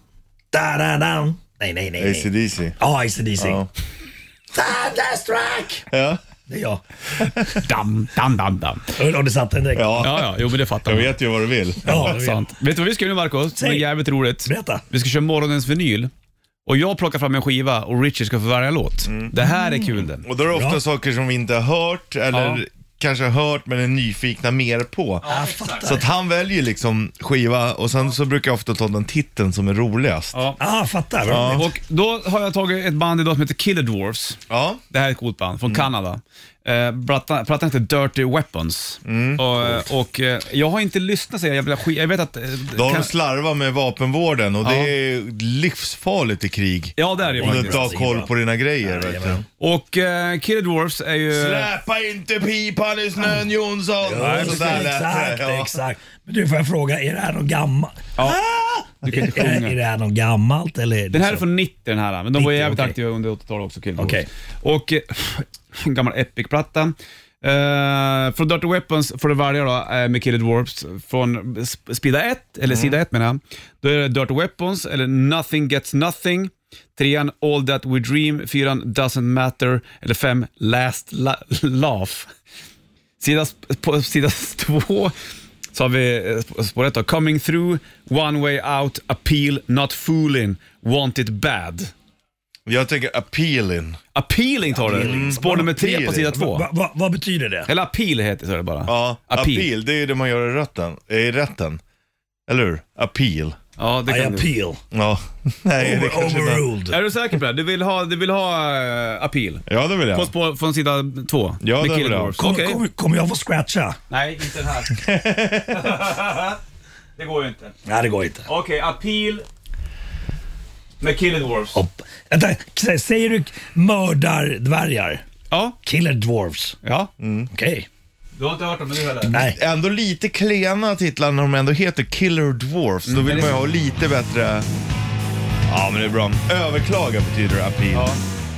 Nej. AC/DC. Ja, AC/DC. Ja. Thunderstruck! Ja. Det är jag. Dam. Har du satt den direkt? Ja, jo men det fattar Jag man. vet ju vad du vill. Ja, sant. Vet du vad vi ska göra nu, Marcos? Det är jävligt roligt. Berätta. Vi ska köra morgonens vinyl. Och jag plockar fram en skiva och Richard ska få välja låt. Det här är kul den. Och då är det ofta saker som vi inte har hört eller kanske har hört men är nyfikna mer på. Så att han väljer liksom skiva och sen så brukar jag ofta ta den titeln som är roligast. Fattar. Ja. Och då har jag tagit ett band idag som heter Killer Dwarfs. Ja. Det här är ett coolt band från Kanada. Plattan heter Dirty Weapons. Och jag har inte lyssnat så jag vet att De slarvar med vapenvården och det är livsfarligt i krig. Ja, det är det om du faktiskt. inte har koll på dina grejer, vet du. Och Killer Dwarfs är ju... Släpa inte pipan i snön, Jonsson! Exakt. Men du, får jag fråga, är det här något gammalt? Ja. Du kan inte sjunga. Är det här något gammalt? Eller den här är från 90 den här, men de var jävligt 90, aktiva under 80-talet också. Okej. Och en gammal Epic-platta. Från Dirty Weapons får du välja då med Killer Dwarfs från sida 1, eller sida 1 menar jag. Då är det Dirty Weapons, eller Nothing Gets Nothing. 3, All That We Dream. 4, Doesn't Matter. Eller 5, Last Laugh. På sida 2 så har vi spåret då. Coming Through, One Way Out, Appeal, Not Fooling, Want It Bad. Jag tänker appealing. Appealing tar du. Spår nummer 3 på sida 2. Vad betyder det? Eller appeal heter det bara. Ja, appeal, det är det man gör i rätten. Eller hur? Appeal. Ja, det kan appeal. Ja. Nej, det kanske Overruled. Är du säker på det? Du vill ha appeal? Ja, det vill jag. På spår från sida 2. Ja, det vill jag. Kommer jag få scratcha? Nej, inte den här. Det går ju inte. Nej, det går inte. Okej, appeal med Killer Dwarfs. Vänta, säger du mördardvärgar? Ja. Killer Dwarfs. Ja. Okej. Du har inte hört om det nu heller? Nej. Ändå lite klena titlar när de ändå heter Killer Dwarfs. Då vill man ju ha lite bättre... Ja, men det är bra. Överklaga betyder appeal. Ja.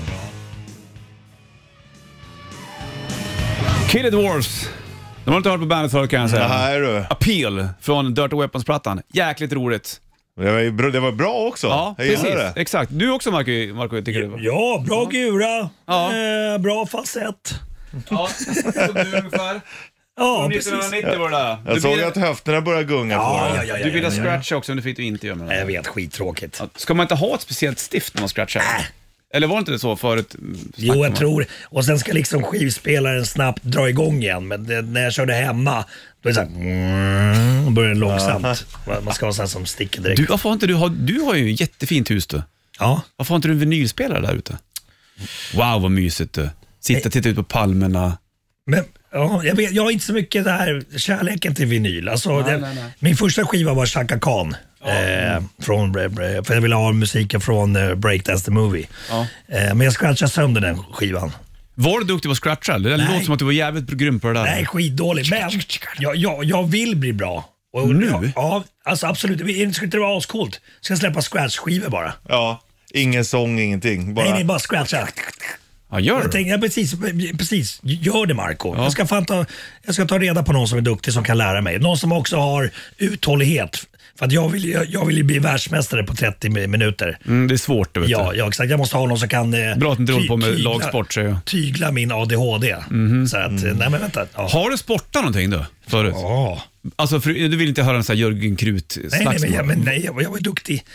Killer Dwarfs. De har inte hört på bandet förut, kan jag säga. Nej, du. Appeal från Dirty Weapons-plattan. Jäkligt roligt. Det var bra också. Ja, precis. Exakt. Du också, Marco, tycker du? Ja, bra gura. Ja. Bra falsett. Ja, som du ungefär. Ja, 1990 var det där. Jag såg att höfterna började gunga på det. Ja, du vill ha scratch också, men det fick du inte göra med det. Jag vet, skittråkigt. Ska man inte ha ett speciellt stift när man scratchar? Eller var det inte så förut? Jo, jag tror. Och sen ska liksom skivspelaren snabbt dra igång igen. Men när jag körde hemma, då är det såhär, börjar långsamt. Man ska ha sån som sticker direkt. Du, varför har inte du har ju ett jättefint hus du. Ja. Varför har inte du en vinylspelare där ute? Wow, vad mysigt du. Sitta och titta ut på palmerna. Men ja, jag har inte så mycket där kärleken till vinyl. Alltså, min första skiva var Chaka Khan. För jag ville ha musiken från Breakdance the Movie. Men jag scratchade sönder den skivan. Var du duktig på att scratcha? Det låter som att du var jävligt grym på det där. Nej, skitdålig. Men jag vill bli bra. Och nu? Ja, alltså absolut. Det skulle inte vara ascoolt. Ska jag släppa scratch-skivor bara? Ja, ingen sång, ingenting. Nej, bara scratcha. Ja, gör jag det. tänkte, precis. Gör det, Marco. Ja. Jag ska ta reda på någon som är duktig som kan lära mig. Någon som också har uthållighet. För att jag vill ju bli världsmästare på 30 minuter. Det är svårt, du vet. Ja, exakt. Jag måste ha någon som kan bra att inte hålla på med lagsport, säger jag. Tygla min ADHD. Så att, nej men vänta. Ja. Har du sportat någonting då? Förut? Ja. Alltså, du vill inte höra en sån här Jörgen Krut-slagsmål? Nej, jag var duktig.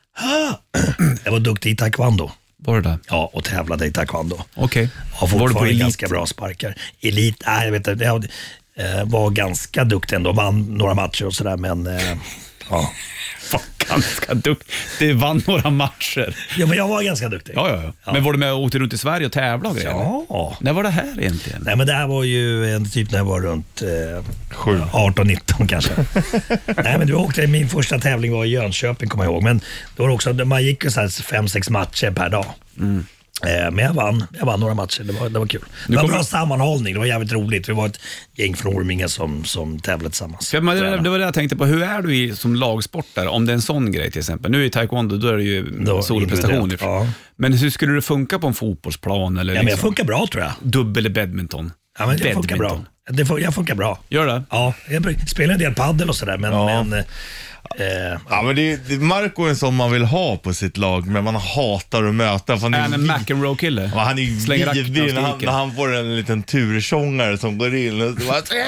Jag var duktig i taekwondo. Var det där? Ja, och tävlade i taekwondo. Okej. Har fortfarande ganska bra sparkar. Elit, jag vet inte. Jag var ganska duktig ändå. Vann några matcher och sådär, men ja. Ganska duktig. Det vann några matcher. Ja, men jag var ganska duktig. Ja. Men var du med och åkte runt i Sverige och tävlade och grejer? Ja. När var det här egentligen? Nej, men det här var ju en typ när jag var runt 18-19 kanske. Nej, men min första tävling var i Jönköping, kommer jag ihåg. Men det var också, man gick ju så här 5-6 matcher per dag. Men jag vann några matcher, det var kul. Det var bra sammanhållning, det var jävligt roligt. Vi var ett gäng från Orminge som tävlade tillsammans. Det var det jag tänkte på, hur är du som lagsportare, om det är en sån grej till exempel? Nu i taekwondo, då är det ju soloprestationer. Ja. Men hur skulle det funka på en fotbollsplan? Eller men jag funkar bra, tror jag. Dubbel badminton. Ja, men jag funkar bra. Jag funkar bra. Gör det? Ja, jag spelar en del paddel och sådär, men ja, men det Marco är en sån man vill ha på sitt lag, men man hatar att möta. Är han en McEnroe-kille? Ja, han är vidrig när han får en liten tursångare som går in och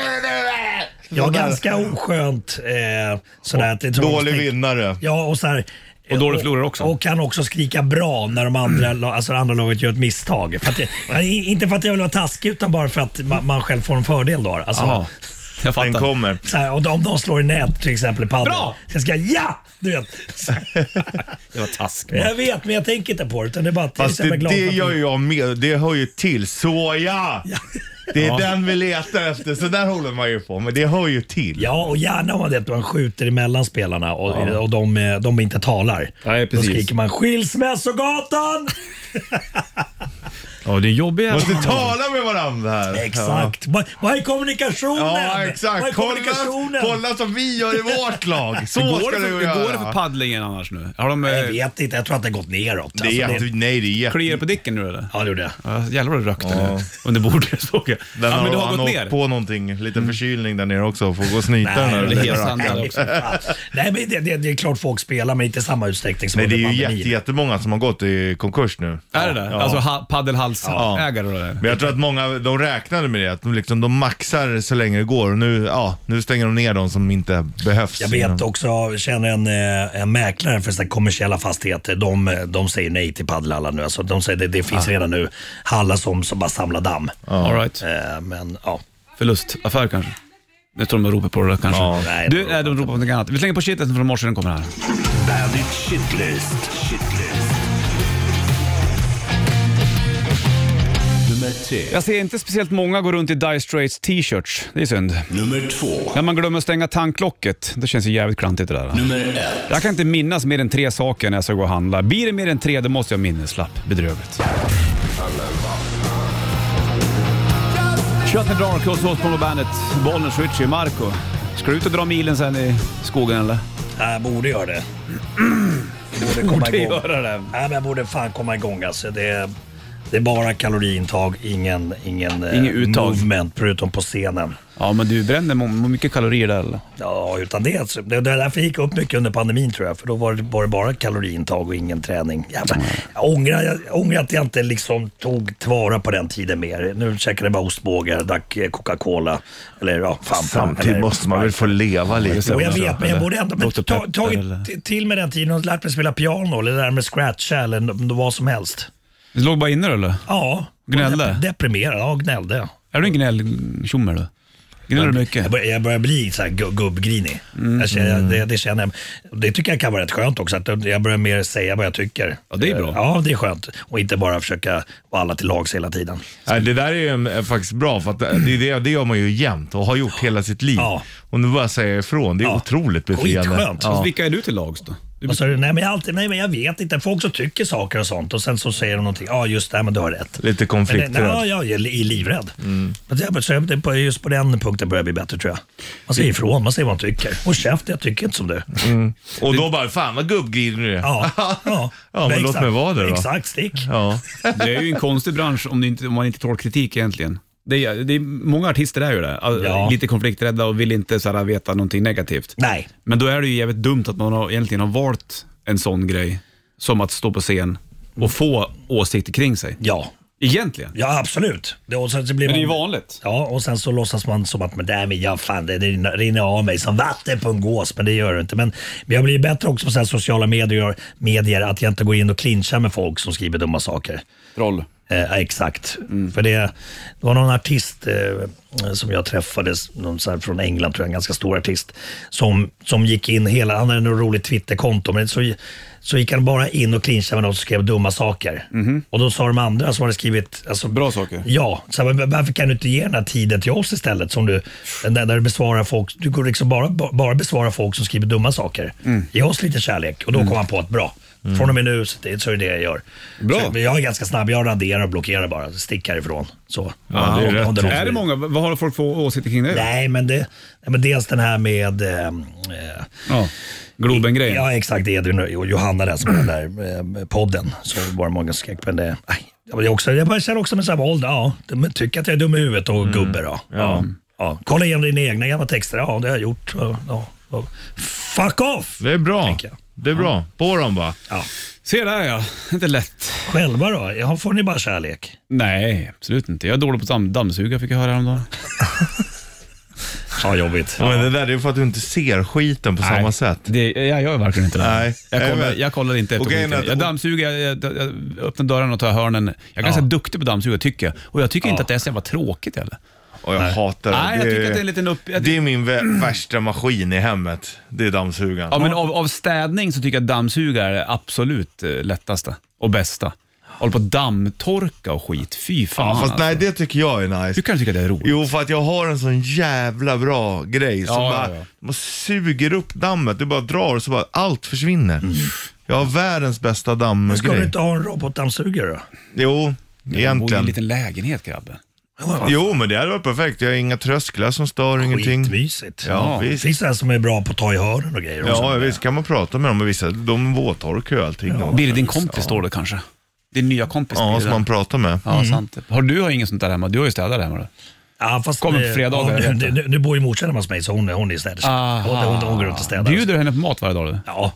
ja, ganska oskönt. Sådär att det dålig vinnare. Ja, och såhär. Och dålig förlorare också. Och kan också skrika bra när de andra laget gör ett misstag. För att inte för att jag vill vara taskig, utan bara för att man själv får en fördel då. Alltså, jag fattar. Den kommer. Såhär, och om de slår i nät till exempel i padel. Bra! Jag ska, du vet. Det var task. Jag vet, men jag tänker inte på det. Utan det är bara att fast det gör jag med. Det hör ju till. Soja! Det är den vi letar efter, så där håller man ju på. Men det hör ju till. Ja, och gärna om man skjuter emellan spelarna och de inte talar. Nej, precis. Då skriker man skilsmässogatan! Ja, det är jobbigt. Måste tala med varandra här. Exakt. Vad är kommunikationen? Ja, exakt. Vad är kommunikationen? Kolla som vi gör i vårt lag. Så hur ska du göra. Hur går det för paddlingen annars nu? Jag vet inte. Jag tror att det har gått neråt. Det är kliar på dicken nu eller? Ja, det gjorde jag. Ja, jävlar vad du rökte nu. Under bordet såg jag. Men det har gått ner. På någonting. Lite förkylning där nere också. Får gå och snyta Nej, men det är klart folk spelar, men inte i samma utsträckning som det är ju jättemånga som har gått i konkurs nu. Är det? Alltså paddelhals McDonalds-ägare då. Men jag tror att många, de räknade med det, att de maxar så länge det går. Och nu stänger de ner de som inte behövs. Jag vet också, känner en mäklare för sådana kommersiella fastigheter. De säger nej till paddelhallar nu. Alltså, de säger det finns redan nu hallar som bara samlar damm. All right. Men ja. Förlustaffär kanske. Jag tror de ropar på det kanske. Ja, nej, de ropar på något annat. Vi slänger på shitlisten från morse, den kommer här. Bandit Shitlist. Nummer 3. Jag ser inte speciellt många gå runt i Dire Straits t-shirts. Det är synd. Nummer 2. När man glömmer stänga tanklocket, det känns ju jävligt klantigt det där. Nummer 1. Jag kan inte minnas mer än 3 saker när jag ska gå och handla. Blir det mer än 3, då måste jag minneslapp. Bedrövligt. Kött med Dark Horse på bandet. Bollnäs Ritchie, Marco. Ska du ut och dra milen sen i skogen eller? Jag borde göra det. Borde göra det. Nej, men jag borde fan komma igång alltså. Det är bara kaloriintag, ingen uttag. Movement förutom på scenen. Ja, men du bränner mycket kalorier där eller? Ja, utan det. Alltså, det är därför gick upp mycket under pandemin tror jag. För då var det bara kaloriintag och ingen träning. Jag ångrar att jag inte liksom tog tillvara på den tiden mer. Nu käkade jag bara ostbågar, drack Coca-Cola. Eller ja, samtidigt eller, måste man väl få leva lite. Och jag vet, men jag borde ändå tagit till med den tiden och lärt mig spela piano eller där med scratch eller vad som helst. Du låg bara inne eller? Ja. Gnällde? Deprimerad, ja, gnällde. Är du en gnälltjommer då? Gnäller du mycket? Jag börjar bli så här gubbgrinig. Det känner jag. Det tycker jag kan vara rätt skönt också. Att jag börjar mer säga vad jag tycker. Ja, det är bra. Ja, det är skönt. Och inte bara försöka vara alla till lags hela tiden. Nej, det där är ju faktiskt bra. För att det gör man ju jämt och har gjort hela sitt liv. Ja. Och nu bara säga ifrån. Det är otroligt befriande. Skitskönt. Ja. Vilka är du till lags då? Nej, men jag vet inte. Folk som tycker saker och sånt och sen så säger de någonting. Ja, just det, men du har rätt. Lite konflikträdd. Ja, jag är livrädd. Så just på den punkten börjar bli bättre tror jag. Man säger ifrån, man säger vad man tycker. Och käft, jag tycker inte som du. Och då bara, fan vad gubbgrinig du är. Ja, men låt mig vara det då. Exakt, stick. Ja. Det är ju en konstig bransch om man inte tål kritik egentligen. Det är, många artister är ju det. Lite konflikträdda och vill inte så här, veta någonting negativt. Nej. Men då är det ju jävligt dumt att man egentligen har valt en sån grej som att stå på scen och få åsikter kring sig. Ja. Egentligen. Ja, absolut. Och sen så blir men det är ju vanligt. Ja, och sen så låtsas man som att det rinner av mig som vatten på en gås, men det gör det inte. Men jag blir bättre också på så här sociala medier att jag inte går in och clinchar med folk som skriver dumma saker. Troll. Exakt. För det var någon artist som jag träffade, någon så här från England tror jag, en ganska stor artist som gick in han hade en rolig Twitterkonto, men så gick han bara in och clinchade med någon som skrev dumma saker. Och då sa de andra som hade skrivit bra saker. Ja, så varför kan du inte ge den här tiden till oss istället som där du besvarar folk, du går liksom bara besvara folk som skriver dumma saker. Ge oss lite kärlek. Och då kom han på att bra. Från och med nu så är det jag gör. Bra. Så jag är ganska snabb, jag raderar och blockerar bara, stick härifrån. Så. Ja, det är det många, vad har folk för åsikter kring det? Nej, men dels den här med Globen-grejen. Ja, exakt, det är och Johanna där som är den där podden, så var det många skräck, men det jag känner också med så här våld, de tycker att jag är dum i huvudet och gubbe då. Ja. Kolla igenom dina egna gamla texter, det har jag gjort. Fuck off! Det är bra. Det är bra. På dem bara. Ja. Se där ja, inte lätt. Själva då? Får ni bara kärlek? Nej, absolut inte. Jag är dålig på dammsuga, fick jag höra häromdagen. Ja, jobbigt. Ja. Men det där är ju för att du inte ser skiten på samma sätt. Jag gör verkligen inte det. Nej. Jag kollar inte efter skiten. Jag dammsuger, jag öppnar dörren och tar hörnen. Jag är ganska duktig på dammsuga tycker jag. Och jag tycker inte att det är så jävla tråkigt heller. Och jag hatar det. Nej, jag tycker att det är en liten det är min värsta maskin i hemmet. Det är dammsugaren. Ja, men av städning så tycker jag att dammsugare är absolut lättaste och bästa. Håller på att dammtorka och skit. Fy fan. Ja, fast nej, det tycker jag är nice. Hur kan du tycka det är roligt? Jo, för att jag har en sån jävla bra grej som man suger upp dammet. Du bara drar och så bara allt försvinner. Jag har världens bästa dammgrej. Ska du inte ha en robotdammsugare då? Jo, egentligen. Det är en liten lägenhet, grabbe. Jo, men det hade varit perfekt. Jag har inga trösklar som stör, ingenting. Skitmysigt. Ja, visst. Finns det som är bra på att ta i hörnen och grejer? Ja, visst kan man prata med dem och vissa. De våttorkar och allting. Blir det din kompis står det kanske? Din nya kompis. Ja, som man pratar med. Ja, sant. Har ingen sånt där hemma? Du har ju städat hemma då. Ja, fast kommer på fredagar. Nu bor ju morsan hos mig, så hon är städerska. Hon går runt och städar. Bjuder du henne på mat varje dag? Då? Ja.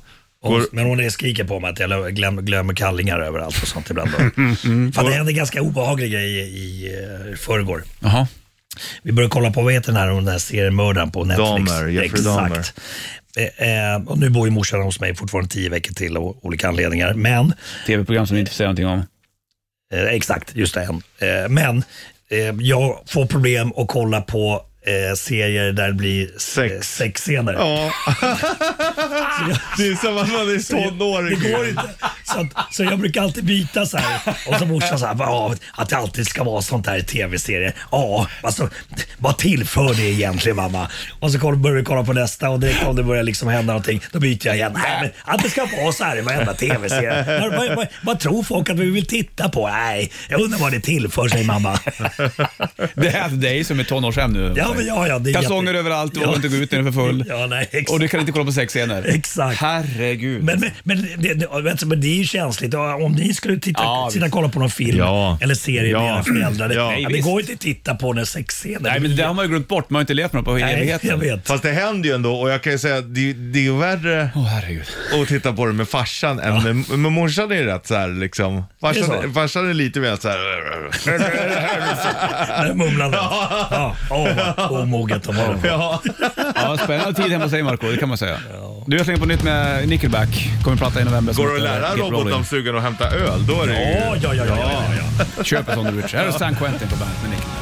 Men hon skriker på mig att jag glömmer kallingar överallt och sånt ibland. För det hände ganska obehagliga grejer i förrgår. Jaha. Vi började kolla på, vad heter den här seriemördaren på Netflix? Jeffrey Dahmer. Och nu bor ju morsan hos mig fortfarande 10 veckor till av olika anledningar. Men TV-program som vi inte får säga någonting om. Exakt, just det. Men jag får problem att kolla på serier där det blir sexscener. Ja. Det är som att man är tonåring. Det går inte. Så jag brukar alltid byta så här. Och så morsan så här, att det alltid ska vara sånt här i tv-serier. Ja, alltså, vad tillför det egentligen, mamma? Och så börjar vi kolla på nästa och direkt om det börjar liksom hända någonting, då byter jag igen. Nej, men att det ska vara så här i varenda tv-serie. Vad tror folk att vi vill titta på? Nej, jag undrar vad det tillför sig, mamma. Det är dig som är tonårshem nu. Ja, det är kalsonger överallt, och inte gå ut när du är för full. Ja, nej, exakt. Och du kan inte kolla på sexscener. Exakt. Herregud. Men det är ju känsligt. Om ni skulle sitta och kolla på någon film eller serie med era föräldrar. Det går inte att titta på när sexscener. Nej, men det har man ju glömt bort. Man har inte levt med på evigheten. Jag vet. Fast det händer ju ändå, och jag kan ju säga att det är värre att titta på det med farsan än med morsan. Är rätt så här liksom. Farsan är lite mer så här. Mumlande. Omoget. Ja, spännande tid hemma hos dig, Marco, det kan man säga. Du har slängt på nytt med Nickelback. Kommer prata i november. Går du att lära robotdammsugaren att hämta öl? Då är det ju... Ja. Köp en sån, Rich. Här är San Quentin på bandet med Nickelback.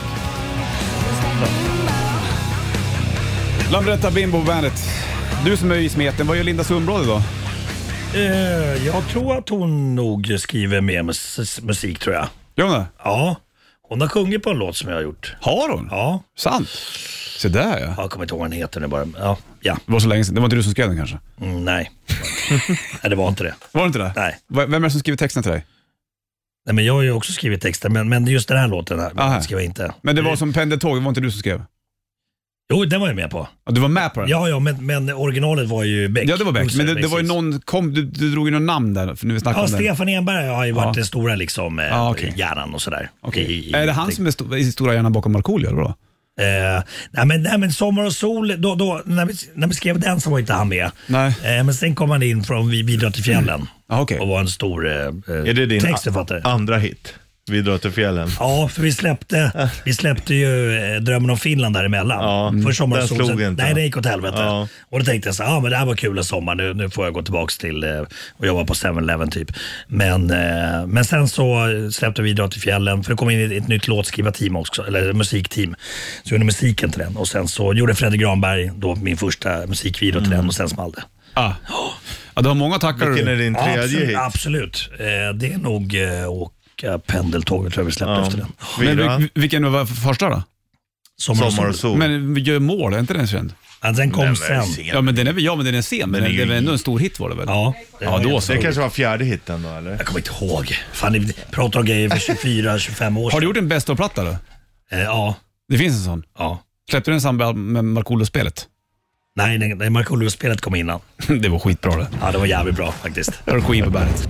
Lambretta Bimbo på bandet. Du som är i smeten, vad gör Linda Sundblad idag? Jag tror att hon nog skriver mer musik, tror jag. Gör hon det? Ja. Hon har sjungit på en låt som jag har gjort. Har hon? Ja. Sant? Så där, ja. Jag kommer inte ihåg vad den heter nu bara. Ja. Det var så länge sedan. Det var inte du som skrev den kanske? Nej. Nej, det var inte det. Var det inte det? Nej. Vem är det som skriver texten till dig? Nej, men jag har ju också skrivit texten, men just den här låten här skrev jag inte. Men det var som Pendeltåg, det var inte du som skrev? Jo, den var jag med på. Ja, du var med på den? Ja, men originalet var ju Beck. Ja, det var Beck. Men det var ju någon, du drog ju någon namn där, för nu vi snackade om Stefan Enberg har ju varit den stora liksom, hjärnan och sådär. Okay. Är det han som är i stora hjärnan bakom Markoolio, eller då? Nej, men Sommar och sol, då, när vi skrev den så var inte han med. Nej. Men sen kom han in från Vi drar till fjällen och var en stor är det din textförfattare. Andra hit? Vi drar till fjällen. Ja, för vi släppte ju Drömmen om Finland däremellan. Ja, för Sommar och den sol. slog inte. Nej, det gick åt helvete. Ja. Och då tänkte jag så här, men det här var kul en sommar. Nu får jag gå tillbaka till och jobba på 7-Eleven typ. Men sen så släppte Vi drar till fjällen, för det kom in ett nytt låtskrivarteam också, eller musikteam. Så jag gjorde musiken till den. Och sen så gjorde Fredrik Granberg då min första musikvideo till den, och sen small det. Ja, du har många tackar. Vilken är din tredje hit? Absolut. Det är nog Pendeltåget, tror jag vi släppte efter den. Men vilken var första då? Sommar och sol. Men vi gör mål, är inte den känd? Ja, den kom sen. Ja, men den är sen, men det var ändå en stor hit var det väl? Ja, då så. Det kanske var fjärde hitten då, eller? Jag kommer inte ihåg. Fan, ni pratar om grejer för 24-25 år sedan. Har du gjort en best of-platta då? Ja. Det finns en sån? Ja. Släppte du den samband med Markoolio-spelet? Nej, Markoolio-spelet kom innan. Det var skitbra det. Ja, det var jävligt bra faktiskt. Det var Queen på bandet.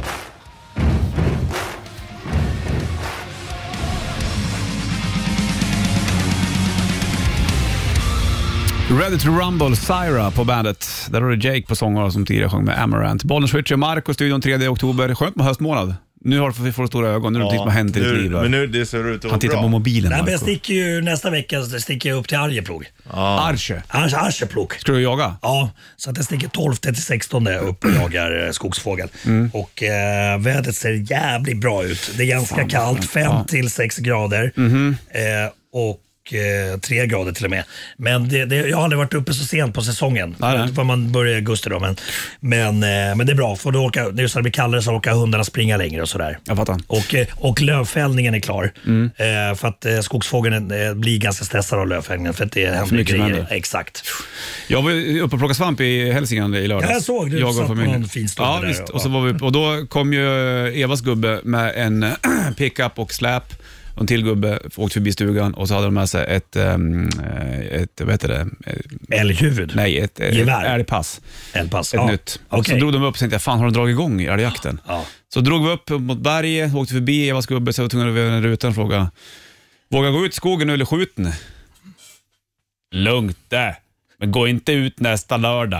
Ready to Rumble, Syra på bandet. Där har du Jake på sångare som tidigare sjöng med Amaranth. Bollnäs Switcher, Marco, studion 3 oktober. Skönt med höstmånad. Nu får du stora ögon, nu är det vad hänt i ditt liv. Men nu det ser ut att han tittar bra på mobilen. Nej, men jag sticker ju nästa vecka upp till Arjeplog. Arjeplog. Ska du jaga? Ja, så att jag sticker 12-16 upp och jagar skogsfågel. Och vädret ser jävligt bra ut. Det är ganska kallt, 5-6 grader. Och 3 grader till och med. Men jag har aldrig varit uppe så sent på säsongen. För man börjar i augusti då. Men det är bra, för då det är så det blir kallare, så åker hundarna springa längre och sådär. Jag fattar. Och lövfällningen är klar. För att skogsfågeln blir ganska stressad av lövfällningen, för att det händer grejer. Exakt. Jag var uppe och plockade svamp i Hälsingland i lördags. Jag såg du satt på någon fin stund där. Visst. Och så var vi och då kom ju Evas gubbe med en pickup och släp. En till gubbe åkte förbi stugan och så hade de med sig ett vad heter det? Älghuvud? Nej, ett älgpass. Ett nytt. Okay. Så drog de upp och tänkte, fan, har de dragit igång i älgjakten? Ja. Så drog vi upp mot berget, åkte förbi Evas gubbe, så var tvungen att över en rutan och fråga, våga gå ut i skogen nu eller skjuten? Lugnt det, men gå inte ut nästa lördag.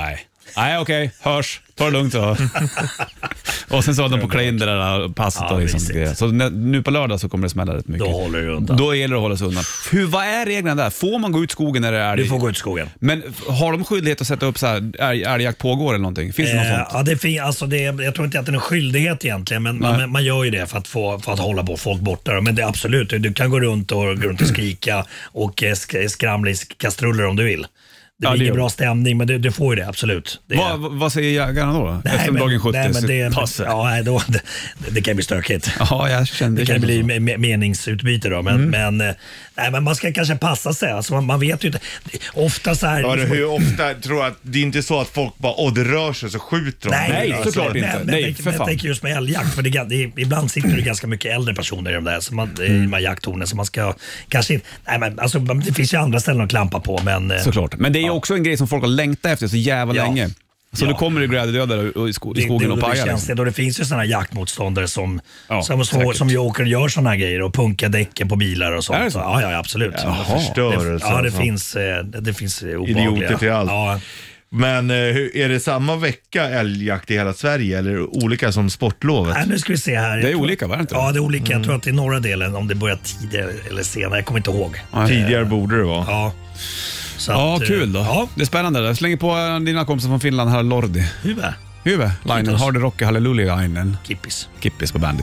Nej, okej. Hörs. Ta det lugnt då. Och sen så de på Klein det där passet och liksom. Så nu på lördag så kommer det smälla rätt mycket. Då håller du undan. Då gäller det att hålla sig undan. Vad är reglerna där? Får man gå ut skogen när det är... Du får gå ut skogen. Men har de skyldighet att sätta upp så här älgjakt pågår eller någonting? Finns det något sånt? Ja, jag tror inte att det är en skyldighet egentligen, men man gör ju det för att hålla på folk borta. Men det är absolut, du kan gå runt och skrika och skramla i kastruller om du vill. Det blir ingen bra stämning, men du får ju det, absolut. Vad säger jägarna då? Efter dagen 70 det kan bli stökigt. Ja, jag kände det kan bli meningsutbyte då, men man ska kanske passa sig. Alltså, man vet ju inte. Ofta så här... hur ofta tror jag att det är inte så att folk bara, det rör sig så skjuter de. Nej, såklart inte. Nej, för fan. Jag tänker just med älgjakt, för ibland sitter det ganska mycket äldre personer i de där, i de här jakttornen, så man ska kanske inte... Alltså, det finns ju andra ställen att klampa på, men... Såklart, men det är också en grej som folk har längtat efter så jävla länge. Så du kommer i glädjedödare i skogen och pajar. Det, det finns ju sådana jaktmotståndare som ju åker och gör sådana här grejer och punkar däcken på bilar och sånt. Ja, absolut. Det finns obehagliga. Idioter till allt. Ja. Men är det samma vecka älgjakt i hela Sverige eller olika som sportlovet? Nej, nu ska vi se här. Det är olika, var det inte? Ja, det är olika. Jag tror att det är norra delen, om det börjar tidigare eller senare. Jag kommer inte ihåg. Tidigare borde det vara. Ja. Kul då. Ja. Det är spännande. Jag slänger på dina kompisar från Finland här, Lordi. Hyvä. Lainen, Hardy Rock, Halleluja-ainen. Kippis på bandet.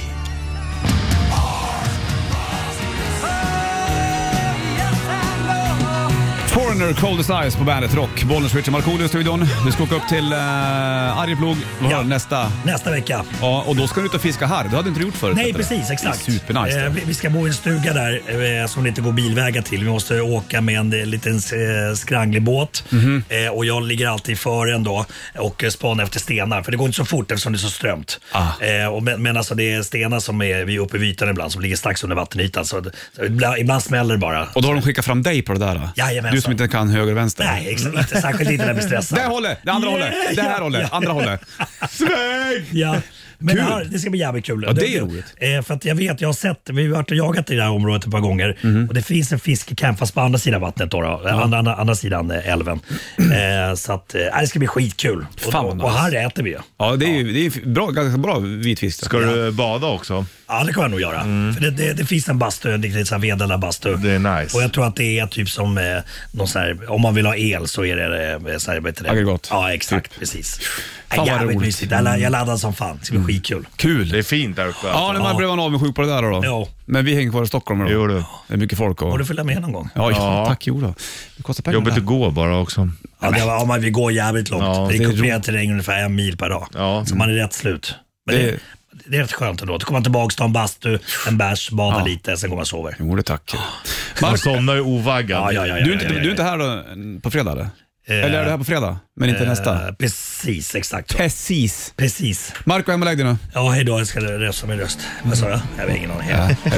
Foreigner, Coldest Eyes på bandet Rock. Bollnäs, Richard Markoolio i studion. Du ska åka upp till Arjeplog nästa vecka. Ja, och då ska du ut och fiska här. Det hade inte gjort förut. Nej, precis, exakt. Supernice. Vi ska bo i en stuga där som det inte går bilvägar till. Vi måste åka med en liten skranglig båt. Och jag ligger alltid före ändå och spanar efter stenar. För det går inte så fort eftersom det är så strömt. Men alltså det är stenar som vi är uppe i ytan ibland som ligger strax under vattenytan. Så ibland smäller det bara. Och då har de skickat fram dig på det där? Jajamän. Du som inte kan höger och vänster. Nej, exakt, inte särskilt inte när vi stressar. Det hållet, det andra hållet, det här hållet, andra hållet. Sväng! Ja. Men det ska bli jävligt kul. Ja, det är roligt. För att jag har sett, vi har varit och jagat i det här området ett par gånger och det finns en fiskecamp fast på andra sidan vattnet andra sidan älven. Så att det ska bli skitkul. Och här äter vi. Ja, det är ganska bra vitfisk. Ska du bada också? Ja, det kan jag nog göra. För det finns en bastu, en riktigt vedella bastu. Det är nice. Och jag tror att det är typ som någon så här, om man vill ha el så är det så här, vet du, aggregat. Ja, exakt, precis. Fan vad roligt. Mysigt. Jag laddar som fan. Det ska bli skitkul. Kul. Det är fint där uppe. Ja, när man blev avundsjuk på det där då. Ja. Men vi hänger kvar i Stockholm då. Jo, det är mycket folk. Och du följa med någon gång? Ja, tack. Jo då. Det kostar pengar. Jobbigt att gå bara också. Ja, men vi går jävligt långt. Ja, det är kuperad terräng ungefär 1 mil per dag. Ja. Så man är rätt slut. Men det är rätt skönt ändå. Då kommer man tillbaka, ta en bastu, en bärs, bada lite, sen går man och sover. Jo, det tack. Man somnar ju ovaggad. Du är inte här då, på fredag eller? Eller är du här på fredag, men inte nästa? Precis, exakt. Precis. Marco, hem och lägg dig nu. Ja, hej då. Jag ska rösta min röst. Vad sa jag? Jag har ingen aning. Hej då.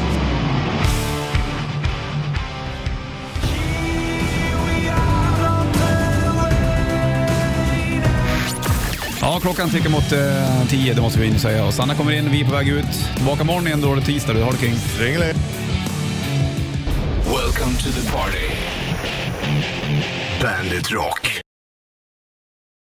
Ja, klockan tickar mot 10, det måste vi in säga. Och Sanna kommer in, vi är på väg ut. Tillbaka imorgon igen då, det är tisdag. Du har det, King. Ringele. Welcome to the party. Bandit Rock.